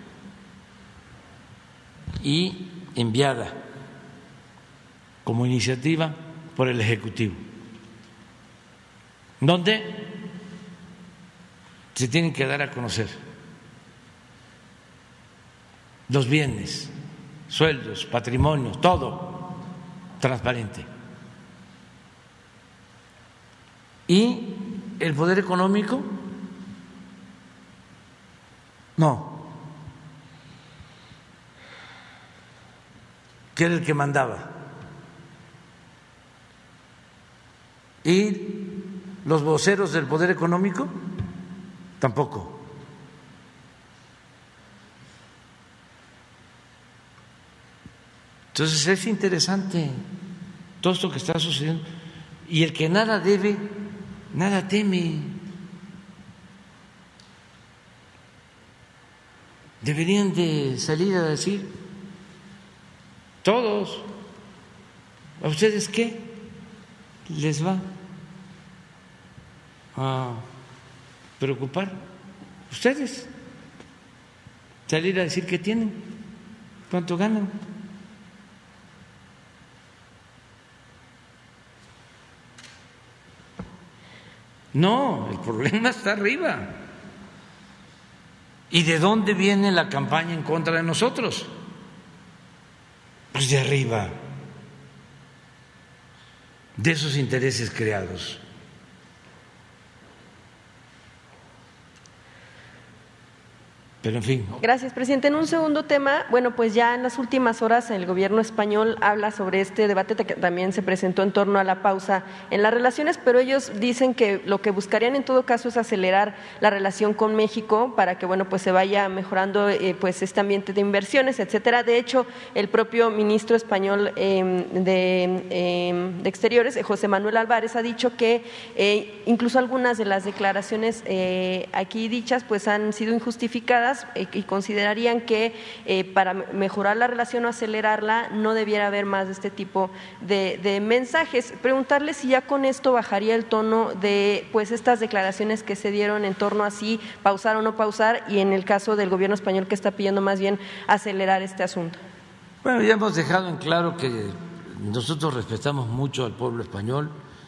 y enviada como iniciativa por el Ejecutivo, donde se tienen que dar a conocer los bienes, sueldos, patrimonios, todo transparente. ¿Y el poder económico? No. Que era el que mandaba. ¿Y los voceros del poder económico? Tampoco. Entonces es interesante todo esto que está sucediendo. Y el que nada debe, nada teme. Deberían de salir a decir todos, ¿a ustedes qué les va a preocupar? Ustedes salir a decir qué tienen, cuánto ganan. No, el problema está arriba. ¿Y de dónde viene la campaña en contra de nosotros? Pues de arriba, de esos intereses creados. Pero en fin. Gracias, presidente. En un segundo tema, bueno, pues ya en las últimas horas el gobierno español habla sobre este debate que también se presentó en torno a la pausa en las relaciones, pero ellos dicen que lo que buscarían en todo caso es acelerar la relación con México para que, bueno, pues se vaya mejorando pues este ambiente de inversiones, etcétera. De hecho, el propio ministro español de Exteriores, José Manuel Álvarez, ha dicho que incluso algunas de las declaraciones aquí dichas pues han sido injustificadas y considerarían que para mejorar la relación o acelerarla no debiera haber más de este tipo de mensajes. Preguntarle si ya con esto bajaría el tono de pues estas declaraciones que se dieron en torno a si pausar o no pausar, y en el caso del gobierno español que está pidiendo más bien acelerar este asunto. Bueno, ya hemos dejado en claro que nosotros respetamos mucho al pueblo español,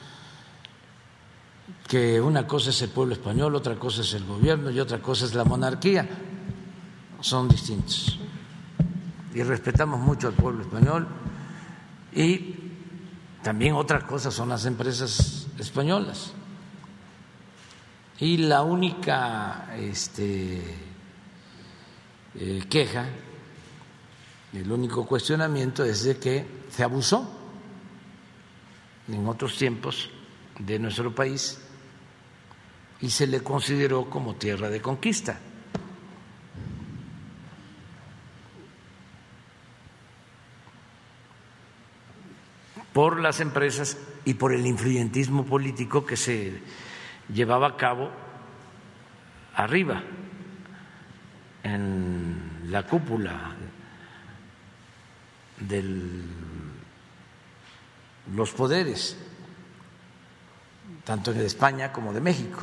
que una cosa es el pueblo español, otra cosa es el gobierno y otra cosa es la monarquía. Son distintos. Y respetamos mucho al pueblo español, y también otra cosa son las empresas españolas. Y la única queja, el único cuestionamiento es de que se abusó en otros tiempos de nuestro país y se le consideró como tierra de conquista. Por las empresas y por el influyentismo político que se llevaba a cabo arriba, en la cúpula de los poderes, tanto de España como de México.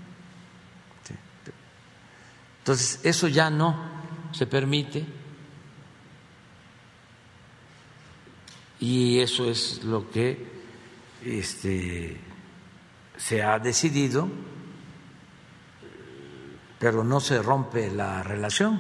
Entonces, eso ya no se permite, y eso es lo que se ha decidido, pero no se rompe la relación.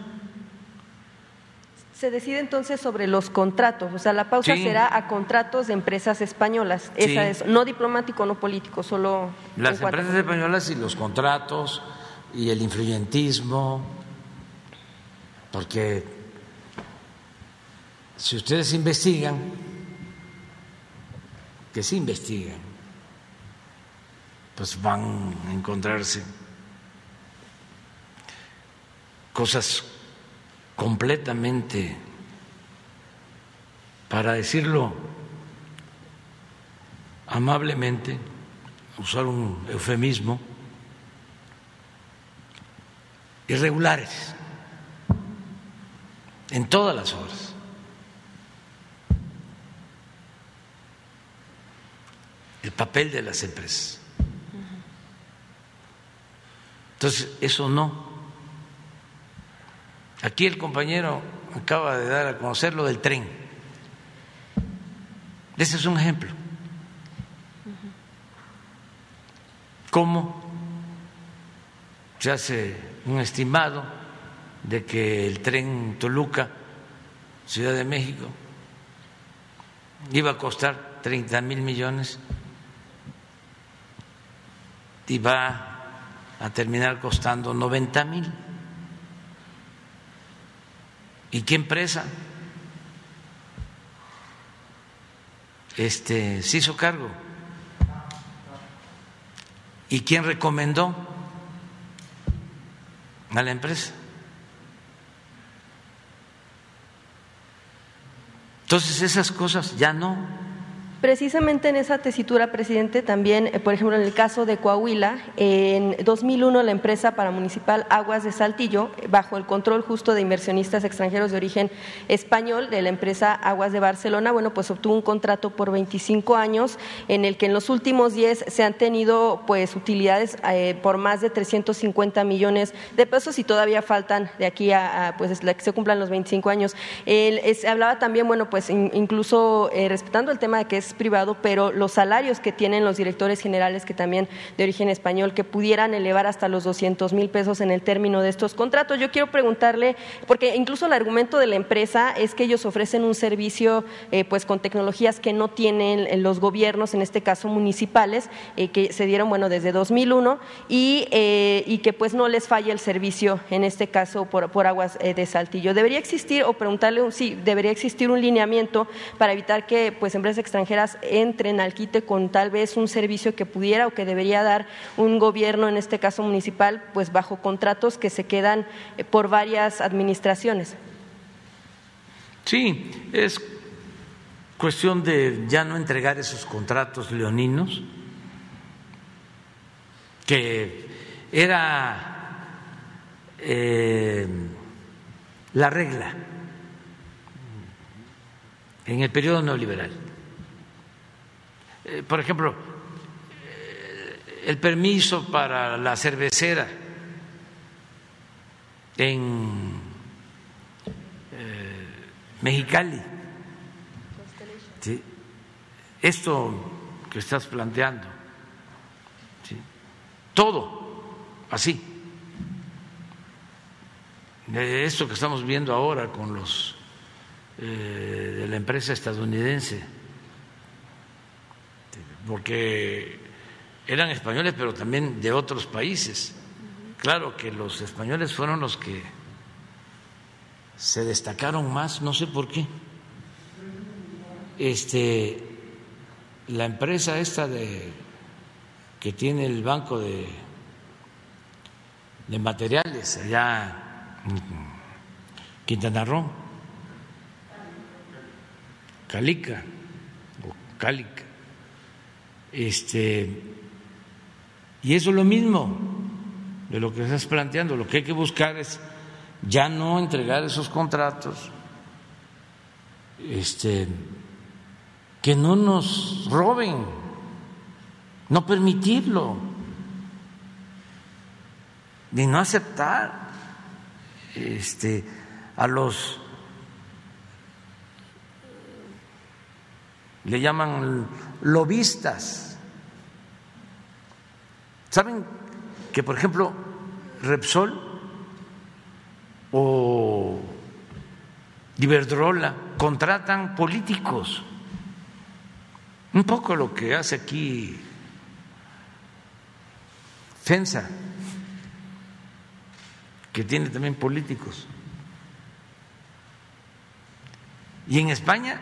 Se decide entonces sobre los contratos, o sea, la pausa será a contratos de empresas españolas. Esa es, no diplomático, no político, solo las empresas españolas y los contratos y el influyentismo, porque si ustedes investigan, que sí investigan, pues van a encontrarse cosas completamente, para decirlo amablemente, usar un eufemismo, irregulares en todas las obras. El papel de las empresas. Entonces, eso no Aquí el compañero acaba de dar a conocer lo del tren. Ese es un ejemplo. ¿Cómo se hace un estimado de que el tren Toluca, Ciudad de México, iba a costar 30,000 millones y va a terminar costando 90,000? ¿Y qué empresa se hizo cargo? ¿Y quién recomendó a la empresa? Entonces esas cosas ya no. Precisamente en esa tesitura, presidente, también, por ejemplo, en el caso de Coahuila, en 2001 la empresa paramunicipal Aguas de Saltillo, bajo el control justo de inversionistas extranjeros de origen español de la empresa Aguas de Barcelona, bueno, pues obtuvo un contrato por 25 años en el que en los últimos 10 se han tenido pues utilidades por más de 350 millones de pesos y todavía faltan de aquí a pues la que se cumplan los 25 años. Hablaba también, bueno, pues incluso respetando el tema de que es privado, pero los salarios que tienen los directores generales, que también de origen español, que pudieran elevar hasta los 200,000 pesos en el término de estos contratos. Yo quiero preguntarle, porque incluso el argumento de la empresa es que ellos ofrecen un servicio pues con tecnologías que no tienen los gobiernos, en este caso municipales, que se dieron bueno desde 2001 y que pues no les falla el servicio, en este caso por Aguas de Saltillo. ¿Debería existir, o preguntarle si debería existir un lineamiento para evitar que pues empresas extranjeras entren al quite con tal vez un servicio que pudiera o que debería dar un gobierno, en este caso municipal, pues bajo contratos que se quedan por varias administraciones? Sí, es cuestión de ya no entregar esos contratos leoninos, que era la regla en el periodo neoliberal. Por ejemplo, el permiso para la cervecera en Mexicali. ¿Sí? Esto que estás planteando, ¿sí? Todo así. Esto que estamos viendo ahora con los de la empresa estadounidense, porque eran españoles pero también de otros países. Claro que los españoles fueron los que se destacaron más, no sé por qué. La empresa esta que tiene el banco de materiales allá en Quintana Roo, Cálica. Y eso es lo mismo de lo que estás planteando. Lo que hay que buscar es ya no entregar esos contratos, que no nos roben, no permitirlo, ni no aceptar a los, le llaman lobistas. ¿Saben que, por ejemplo, Repsol o Iberdrola contratan políticos? Un poco lo que hace aquí FEMSA, que tiene también políticos. Y en España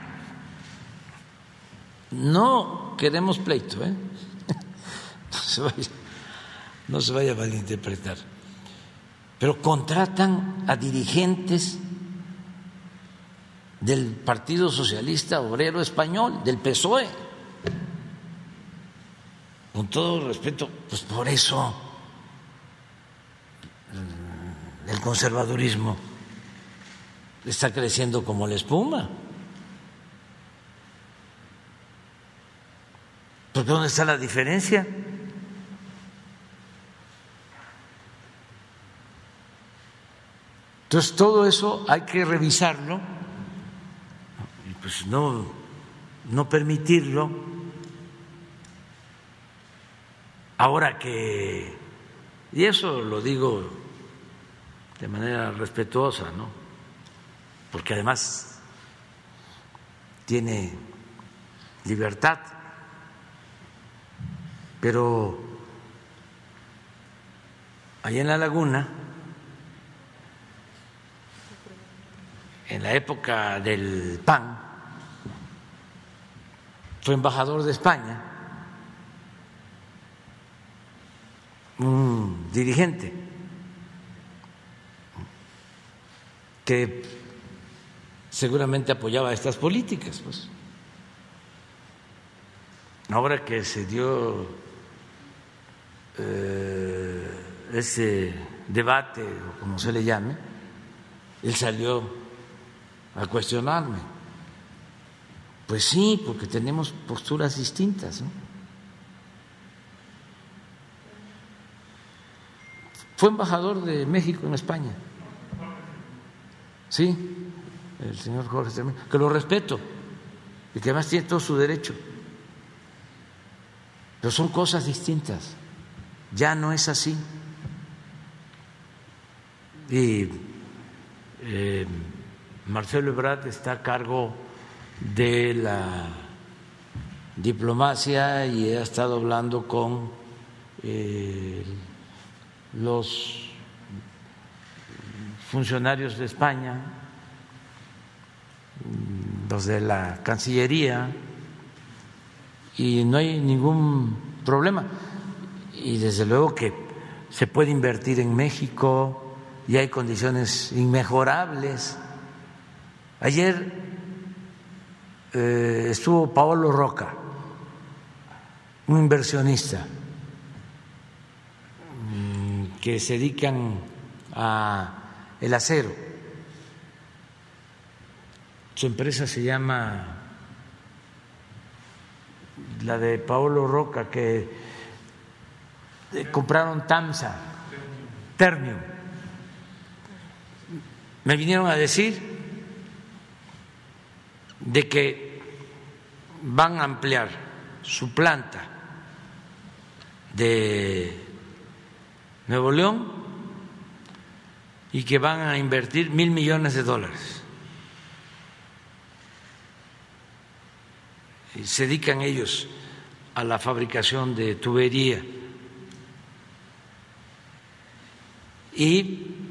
no queremos pleito, no se vaya a malinterpretar, pero contratan a dirigentes del Partido Socialista Obrero Español, del PSOE. Con todo respeto, pues por eso el conservadurismo está creciendo como la espuma. Porque ¿dónde está la diferencia? Entonces, todo eso hay que revisarlo y pues no permitirlo. Ahora que, y eso lo digo de manera respetuosa, ¿no? Porque además tiene libertad, pero allá en la laguna, en la época del PAN, fue embajador de España un dirigente que seguramente apoyaba estas políticas, pues. Ahora que se dio ese debate, o como se le llame, él salió a cuestionarme. Pues sí, porque tenemos posturas distintas, ¿no? Fue embajador de México en España. Sí, el señor Jorge Termino, que lo respeto y que además tiene todo su derecho. Pero son cosas distintas. Ya no es así. Y Marcelo Ebrard está a cargo de la diplomacia y ha estado hablando con los funcionarios de España, los de la Cancillería, y no hay ningún problema. Y desde luego que se puede invertir en México y hay condiciones inmejorables. Ayer estuvo Paolo Roca, un inversionista que se dedican a el acero. Su empresa se llama, la de Paolo Roca, que compraron Tamsa, Ternium. Me vinieron a decir de que van a ampliar su planta de Nuevo León y que van a invertir $1,000 millones. Y se dedican ellos a la fabricación de tubería y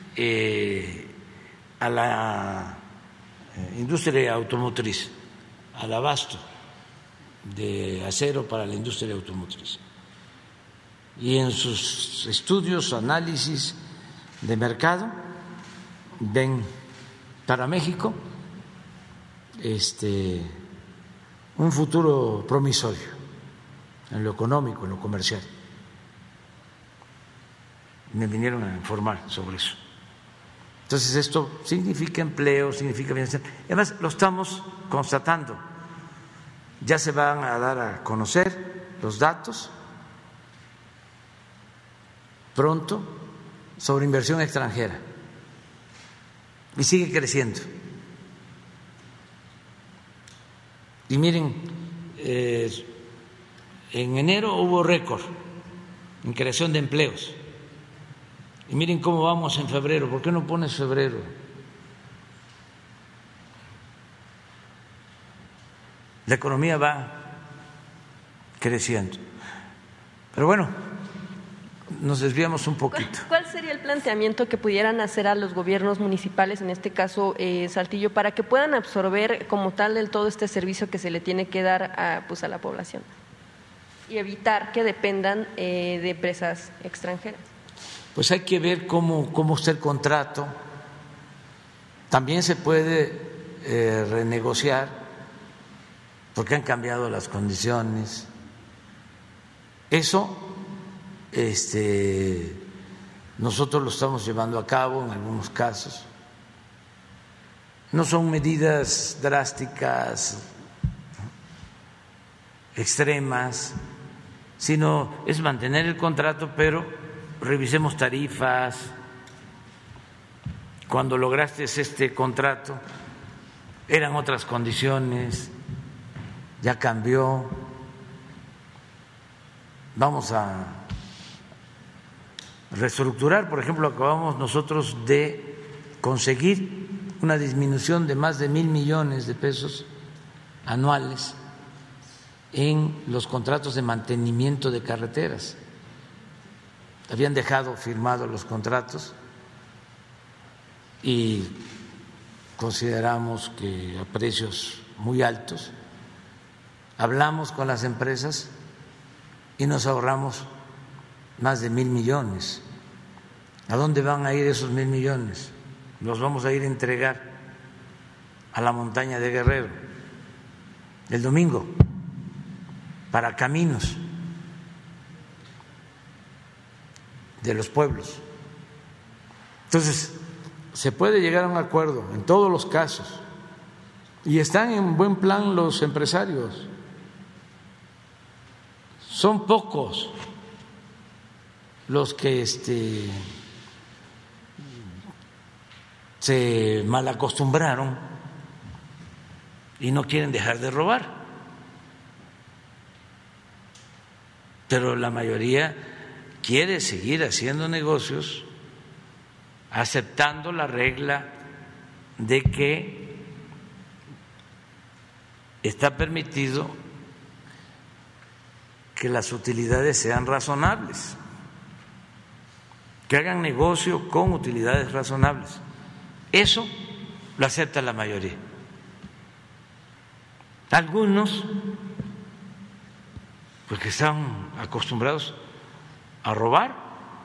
a la industria automotriz, al abasto de acero para la industria automotriz. Y en sus estudios, análisis de mercado, ven para México un futuro promisorio en lo económico, en lo comercial. Me vinieron a informar sobre eso. Entonces esto significa empleo, significa bienestar. Además lo estamos constatando. Ya se van a dar a conocer los datos pronto sobre inversión extranjera y sigue creciendo. Y miren, en enero hubo récord en creación de empleos. Y miren cómo vamos en febrero. ¿Por qué no pones febrero? La economía va creciendo. Pero bueno, nos desviamos un poquito. ¿Cuál sería el planteamiento que pudieran hacer a los gobiernos municipales, en este caso Saltillo, para que puedan absorber como tal del todo este servicio que se le tiene que dar a la población y evitar que dependan de empresas extranjeras? Pues hay que ver cómo está el contrato. También se puede renegociar porque han cambiado las condiciones. Eso nosotros lo estamos llevando a cabo en algunos casos. No son medidas drásticas, extremas, sino es mantener el contrato, pero revisemos tarifas, cuando lograste este contrato eran otras condiciones, ya cambió. Vamos a reestructurar, por ejemplo, acabamos nosotros de conseguir una disminución de más de 1,000 millones de pesos anuales en los contratos de mantenimiento de carreteras. Habían dejado firmados los contratos y consideramos que a precios muy altos. Hablamos con las empresas y nos ahorramos más de 1,000 millones. ¿A dónde van a ir esos 1,000 millones? Los vamos a ir a entregar a la montaña de Guerrero el domingo para caminos de los pueblos. Entonces, se puede llegar a un acuerdo en todos los casos y están en buen plan los empresarios. Son pocos los que se malacostumbraron y no quieren dejar de robar, pero la mayoría quiere seguir haciendo negocios aceptando la regla de que está permitido que las utilidades sean razonables, que hagan negocio con utilidades razonables. Eso lo acepta la mayoría. Algunos, pues que están acostumbrados a robar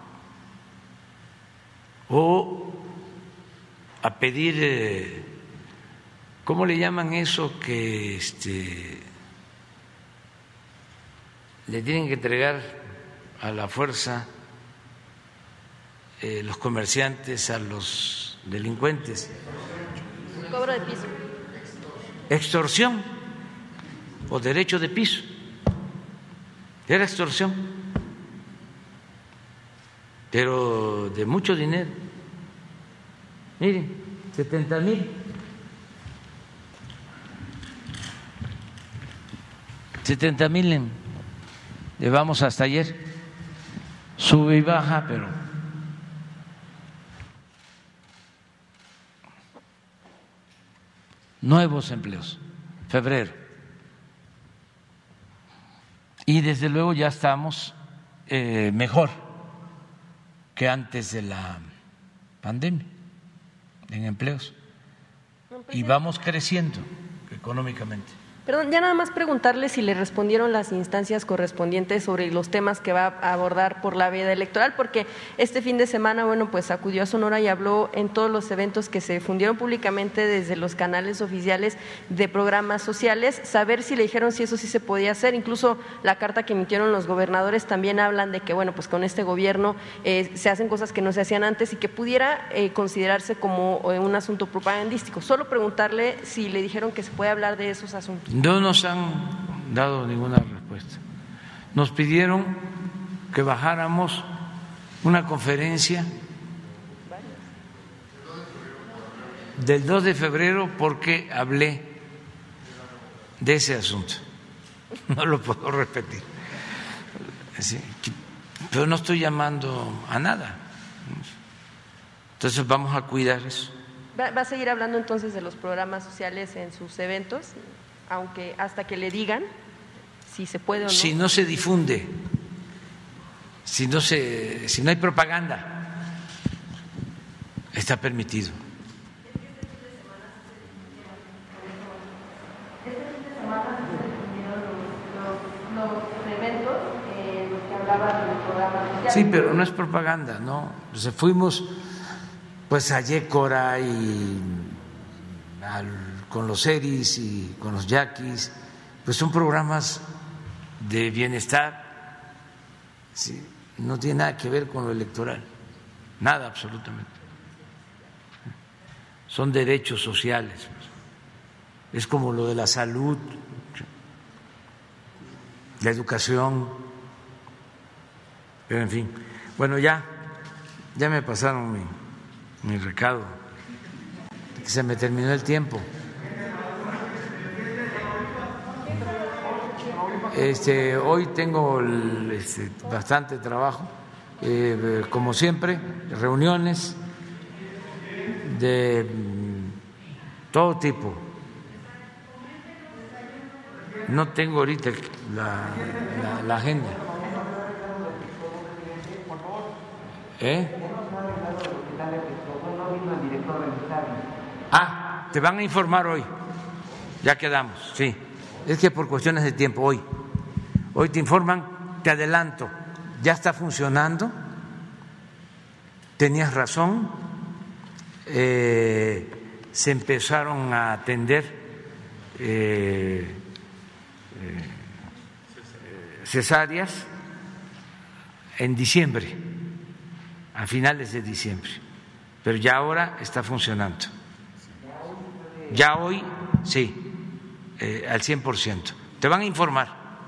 o a pedir, ¿cómo le llaman eso? Que le tienen que entregar a la fuerza los comerciantes a los delincuentes. Cobro de piso. Extorsión o derecho de piso. Era extorsión, pero de mucho dinero. Miren, 70,000. 70,000 llevamos hasta ayer. Sube y baja, pero nuevos empleos, febrero. Y desde luego ya estamos mejor que antes de la pandemia en empleos y vamos creciendo económicamente. Perdón, ya nada más preguntarle si le respondieron las instancias correspondientes sobre los temas que va a abordar por la veda electoral, porque este fin de semana, bueno, pues acudió a Sonora y habló en todos los eventos que se difundieron públicamente desde los canales oficiales de programas sociales, saber si le dijeron si eso sí se podía hacer. Incluso la carta que emitieron los gobernadores también hablan de que, bueno, pues con este gobierno se hacen cosas que no se hacían antes y que pudiera considerarse como un asunto propagandístico. Solo preguntarle si le dijeron que se puede hablar de esos asuntos. No nos han dado ninguna respuesta. Nos pidieron que bajáramos una conferencia del 2 de febrero porque hablé de ese asunto. No lo puedo repetir. Sí, pero no estoy llamando a nada. Entonces vamos a cuidar eso. ¿Va a seguir hablando entonces de los programas sociales en sus eventos? Aunque hasta que le digan si se puede o no. Si no se difunde, si no hay propaganda, está permitido. Este fin de semana se difundieron los eventos en los que hablaban de los programas sociales. Sí, pero no es propaganda, ¿no? Pues fuimos pues a Yécora y con los ERIs y con los yaquis, pues son programas de bienestar, ¿sí? No tiene nada que ver con lo electoral, nada absolutamente. Son derechos sociales, es como lo de la salud, la educación, pero en fin. Bueno, ya me pasaron mi recado. que se me terminó el tiempo. Hoy tengo bastante trabajo, como siempre, reuniones de todo tipo. No tengo ahorita la agenda. Te van a informar hoy. Ya quedamos, sí. Es que por cuestiones de tiempo, hoy te informan, te adelanto, ya está funcionando, tenías razón, se empezaron a atender cesáreas en diciembre, a finales de diciembre, pero ya ahora está funcionando. Ya hoy, sí, al 100%. Te van a informar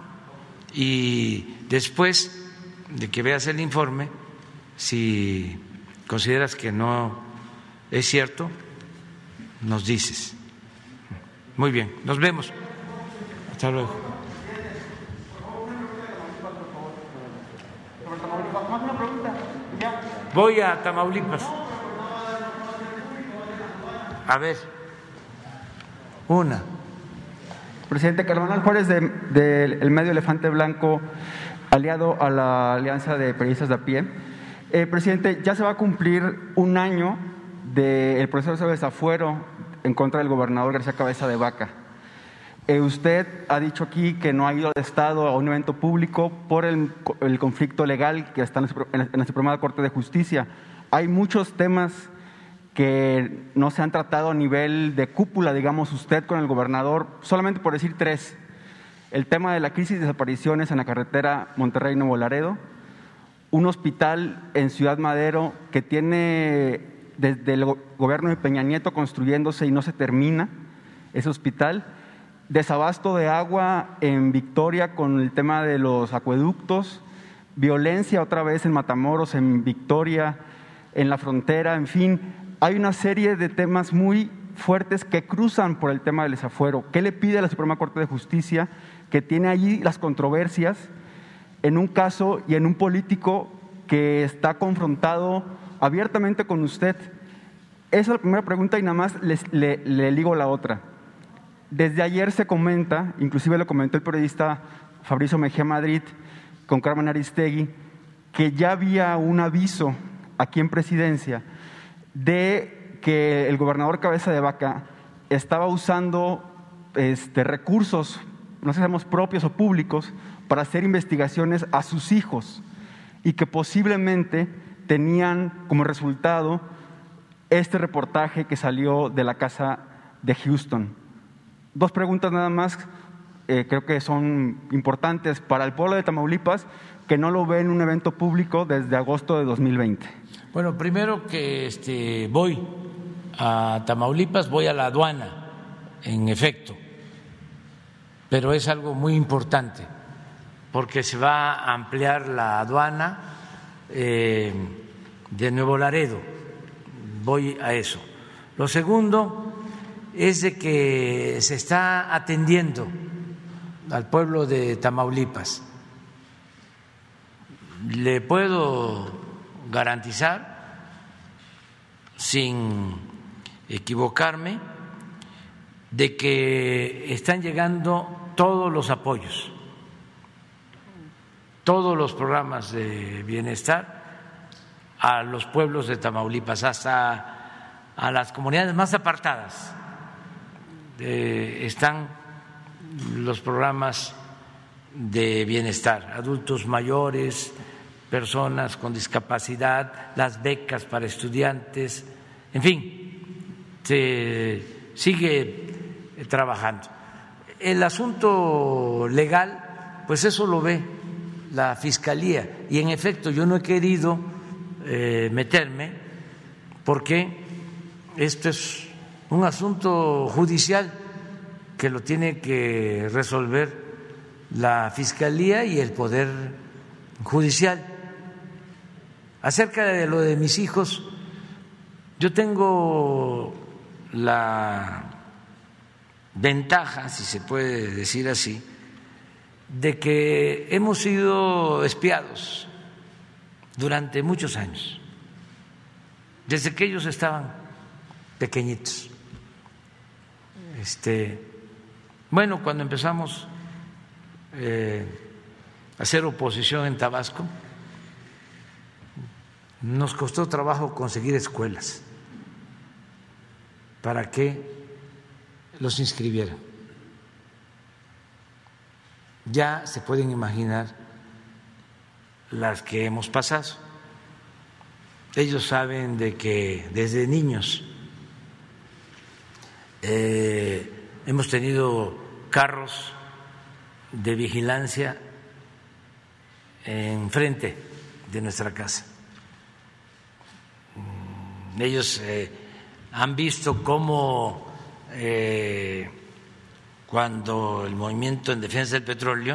y después de que veas el informe, si consideras que no es cierto, nos dices. Muy bien, nos vemos. Hasta luego. Voy a Tamaulipas. A ver, una. Presidente, Cardenal Juárez del medio Elefante Blanco, aliado a la Alianza de Periodistas de a pie. Presidente, ya se va a cumplir un año del proceso de desafuero en contra del gobernador García Cabeza de Vaca. Usted ha dicho aquí que no ha ido al Estado a un evento público por el conflicto legal que está en la Suprema Corte de Justicia. Hay muchos temas que no se han tratado a nivel de cúpula, digamos, usted con el gobernador, solamente por decir tres. El tema de la crisis de desapariciones en la carretera Monterrey-Nuevo Laredo, un hospital en Ciudad Madero que tiene desde el gobierno de Peña Nieto construyéndose y no se termina ese hospital, desabasto de agua en Victoria con el tema de los acueductos, violencia otra vez en Matamoros, en Victoria, en la frontera, en fin. Hay una serie de temas muy fuertes que cruzan por el tema del desafuero. ¿Qué le pide a la Suprema Corte de Justicia, que tiene allí las controversias en un caso y en un político que está confrontado abiertamente con usted? Esa es la primera pregunta y nada más le ligo la otra. Desde ayer se comenta, inclusive lo comentó el periodista Fabricio Mejía Madrid con Carmen Aristegui, que ya había un aviso aquí en Presidencia de que el gobernador Cabeza de Vaca estaba usando recursos, no sé si sabemos propios o públicos, para hacer investigaciones a sus hijos y que posiblemente tenían como resultado este reportaje que salió de la casa de Houston. Dos preguntas nada más, creo que son importantes para el pueblo de Tamaulipas, que no lo ve en un evento público desde agosto de 2020. Bueno, primero que voy a Tamaulipas, voy a la aduana, en efecto, pero es algo muy importante porque se va a ampliar la aduana de Nuevo Laredo. Voy a eso. Lo segundo es de que se está atendiendo al pueblo de Tamaulipas. Le puedo garantizar, sin equivocarme, de que están llegando todos los apoyos, todos los programas de bienestar a los pueblos de Tamaulipas, hasta a las comunidades más apartadas. Están los programas de bienestar, adultos mayores, personas con discapacidad, las becas para estudiantes, en fin, se sigue trabajando. El asunto legal, pues eso lo ve la Fiscalía y en efecto yo no he querido meterme porque esto es un asunto judicial que lo tiene que resolver la Fiscalía y el Poder Judicial. Acerca de lo de mis hijos, yo tengo la ventaja, si se puede decir así, de que hemos sido espiados durante muchos años, desde que ellos estaban pequeñitos. Bueno, cuando empezamos a hacer oposición en Tabasco, nos costó trabajo conseguir escuelas para que los inscribieran. Ya se pueden imaginar las que hemos pasado. Ellos saben de que desde niños hemos tenido carros de vigilancia enfrente de nuestra casa. Ellos han visto cómo cuando el movimiento en defensa del petróleo,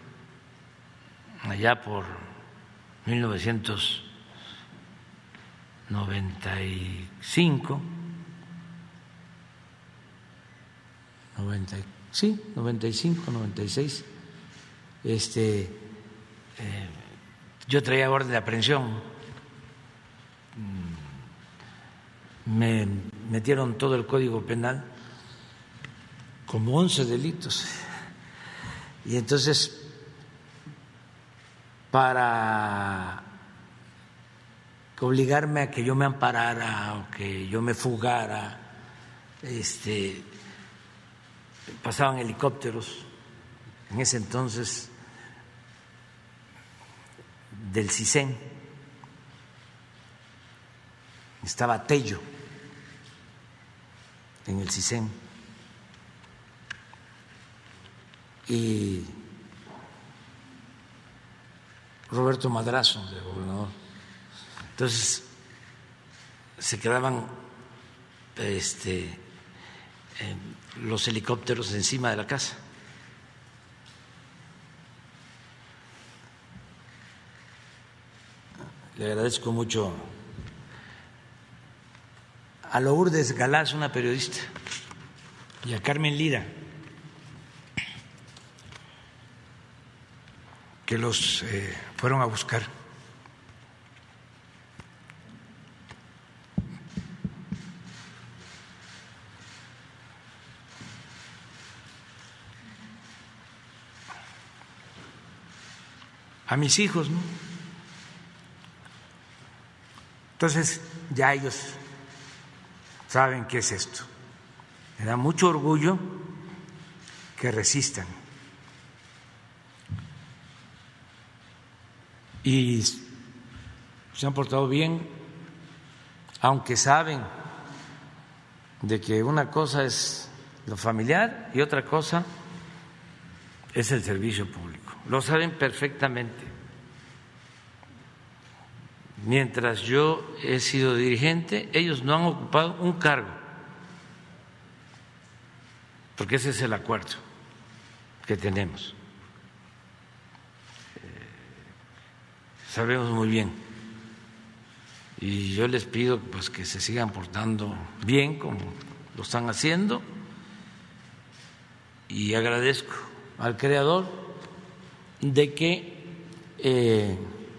allá por 1995, 96, yo traía orden de aprehensión, me metieron todo el Código Penal, como 11 delitos, y entonces para obligarme a que yo me amparara o que yo me fugara, pasaban helicópteros en ese entonces del CISEN, estaba Tello en el CISEN y Roberto Madrazo de gobernador. Entonces se quedaban los helicópteros encima de la casa. Le agradezco mucho a Lourdes Galaz, una periodista, y a Carmen Lira, que los fueron a buscar. A mis hijos, ¿no? Entonces ya ellos saben qué es esto. Me da mucho orgullo que resistan. Y se han portado bien, aunque saben de que una cosa es lo familiar y otra cosa es el servicio público. Lo saben perfectamente. Mientras yo he sido dirigente, ellos no han ocupado un cargo, porque ese es el acuerdo que tenemos. Sabemos muy bien, y yo les pido pues que se sigan portando bien como lo están haciendo, y agradezco al Creador de que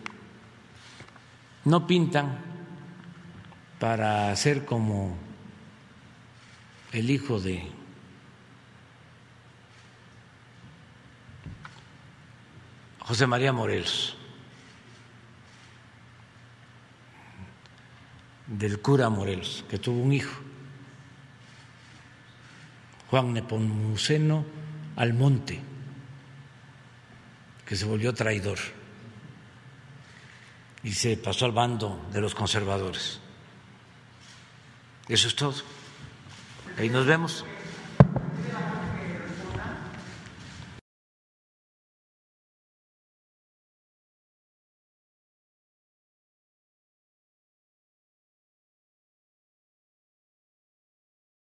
no pintan para ser como el hijo de José María Morelos, del cura Morelos, que tuvo un hijo, Juan Nepomuceno Almonte, que se volvió traidor y se pasó al bando de los conservadores. Eso es todo. Ahí nos vemos.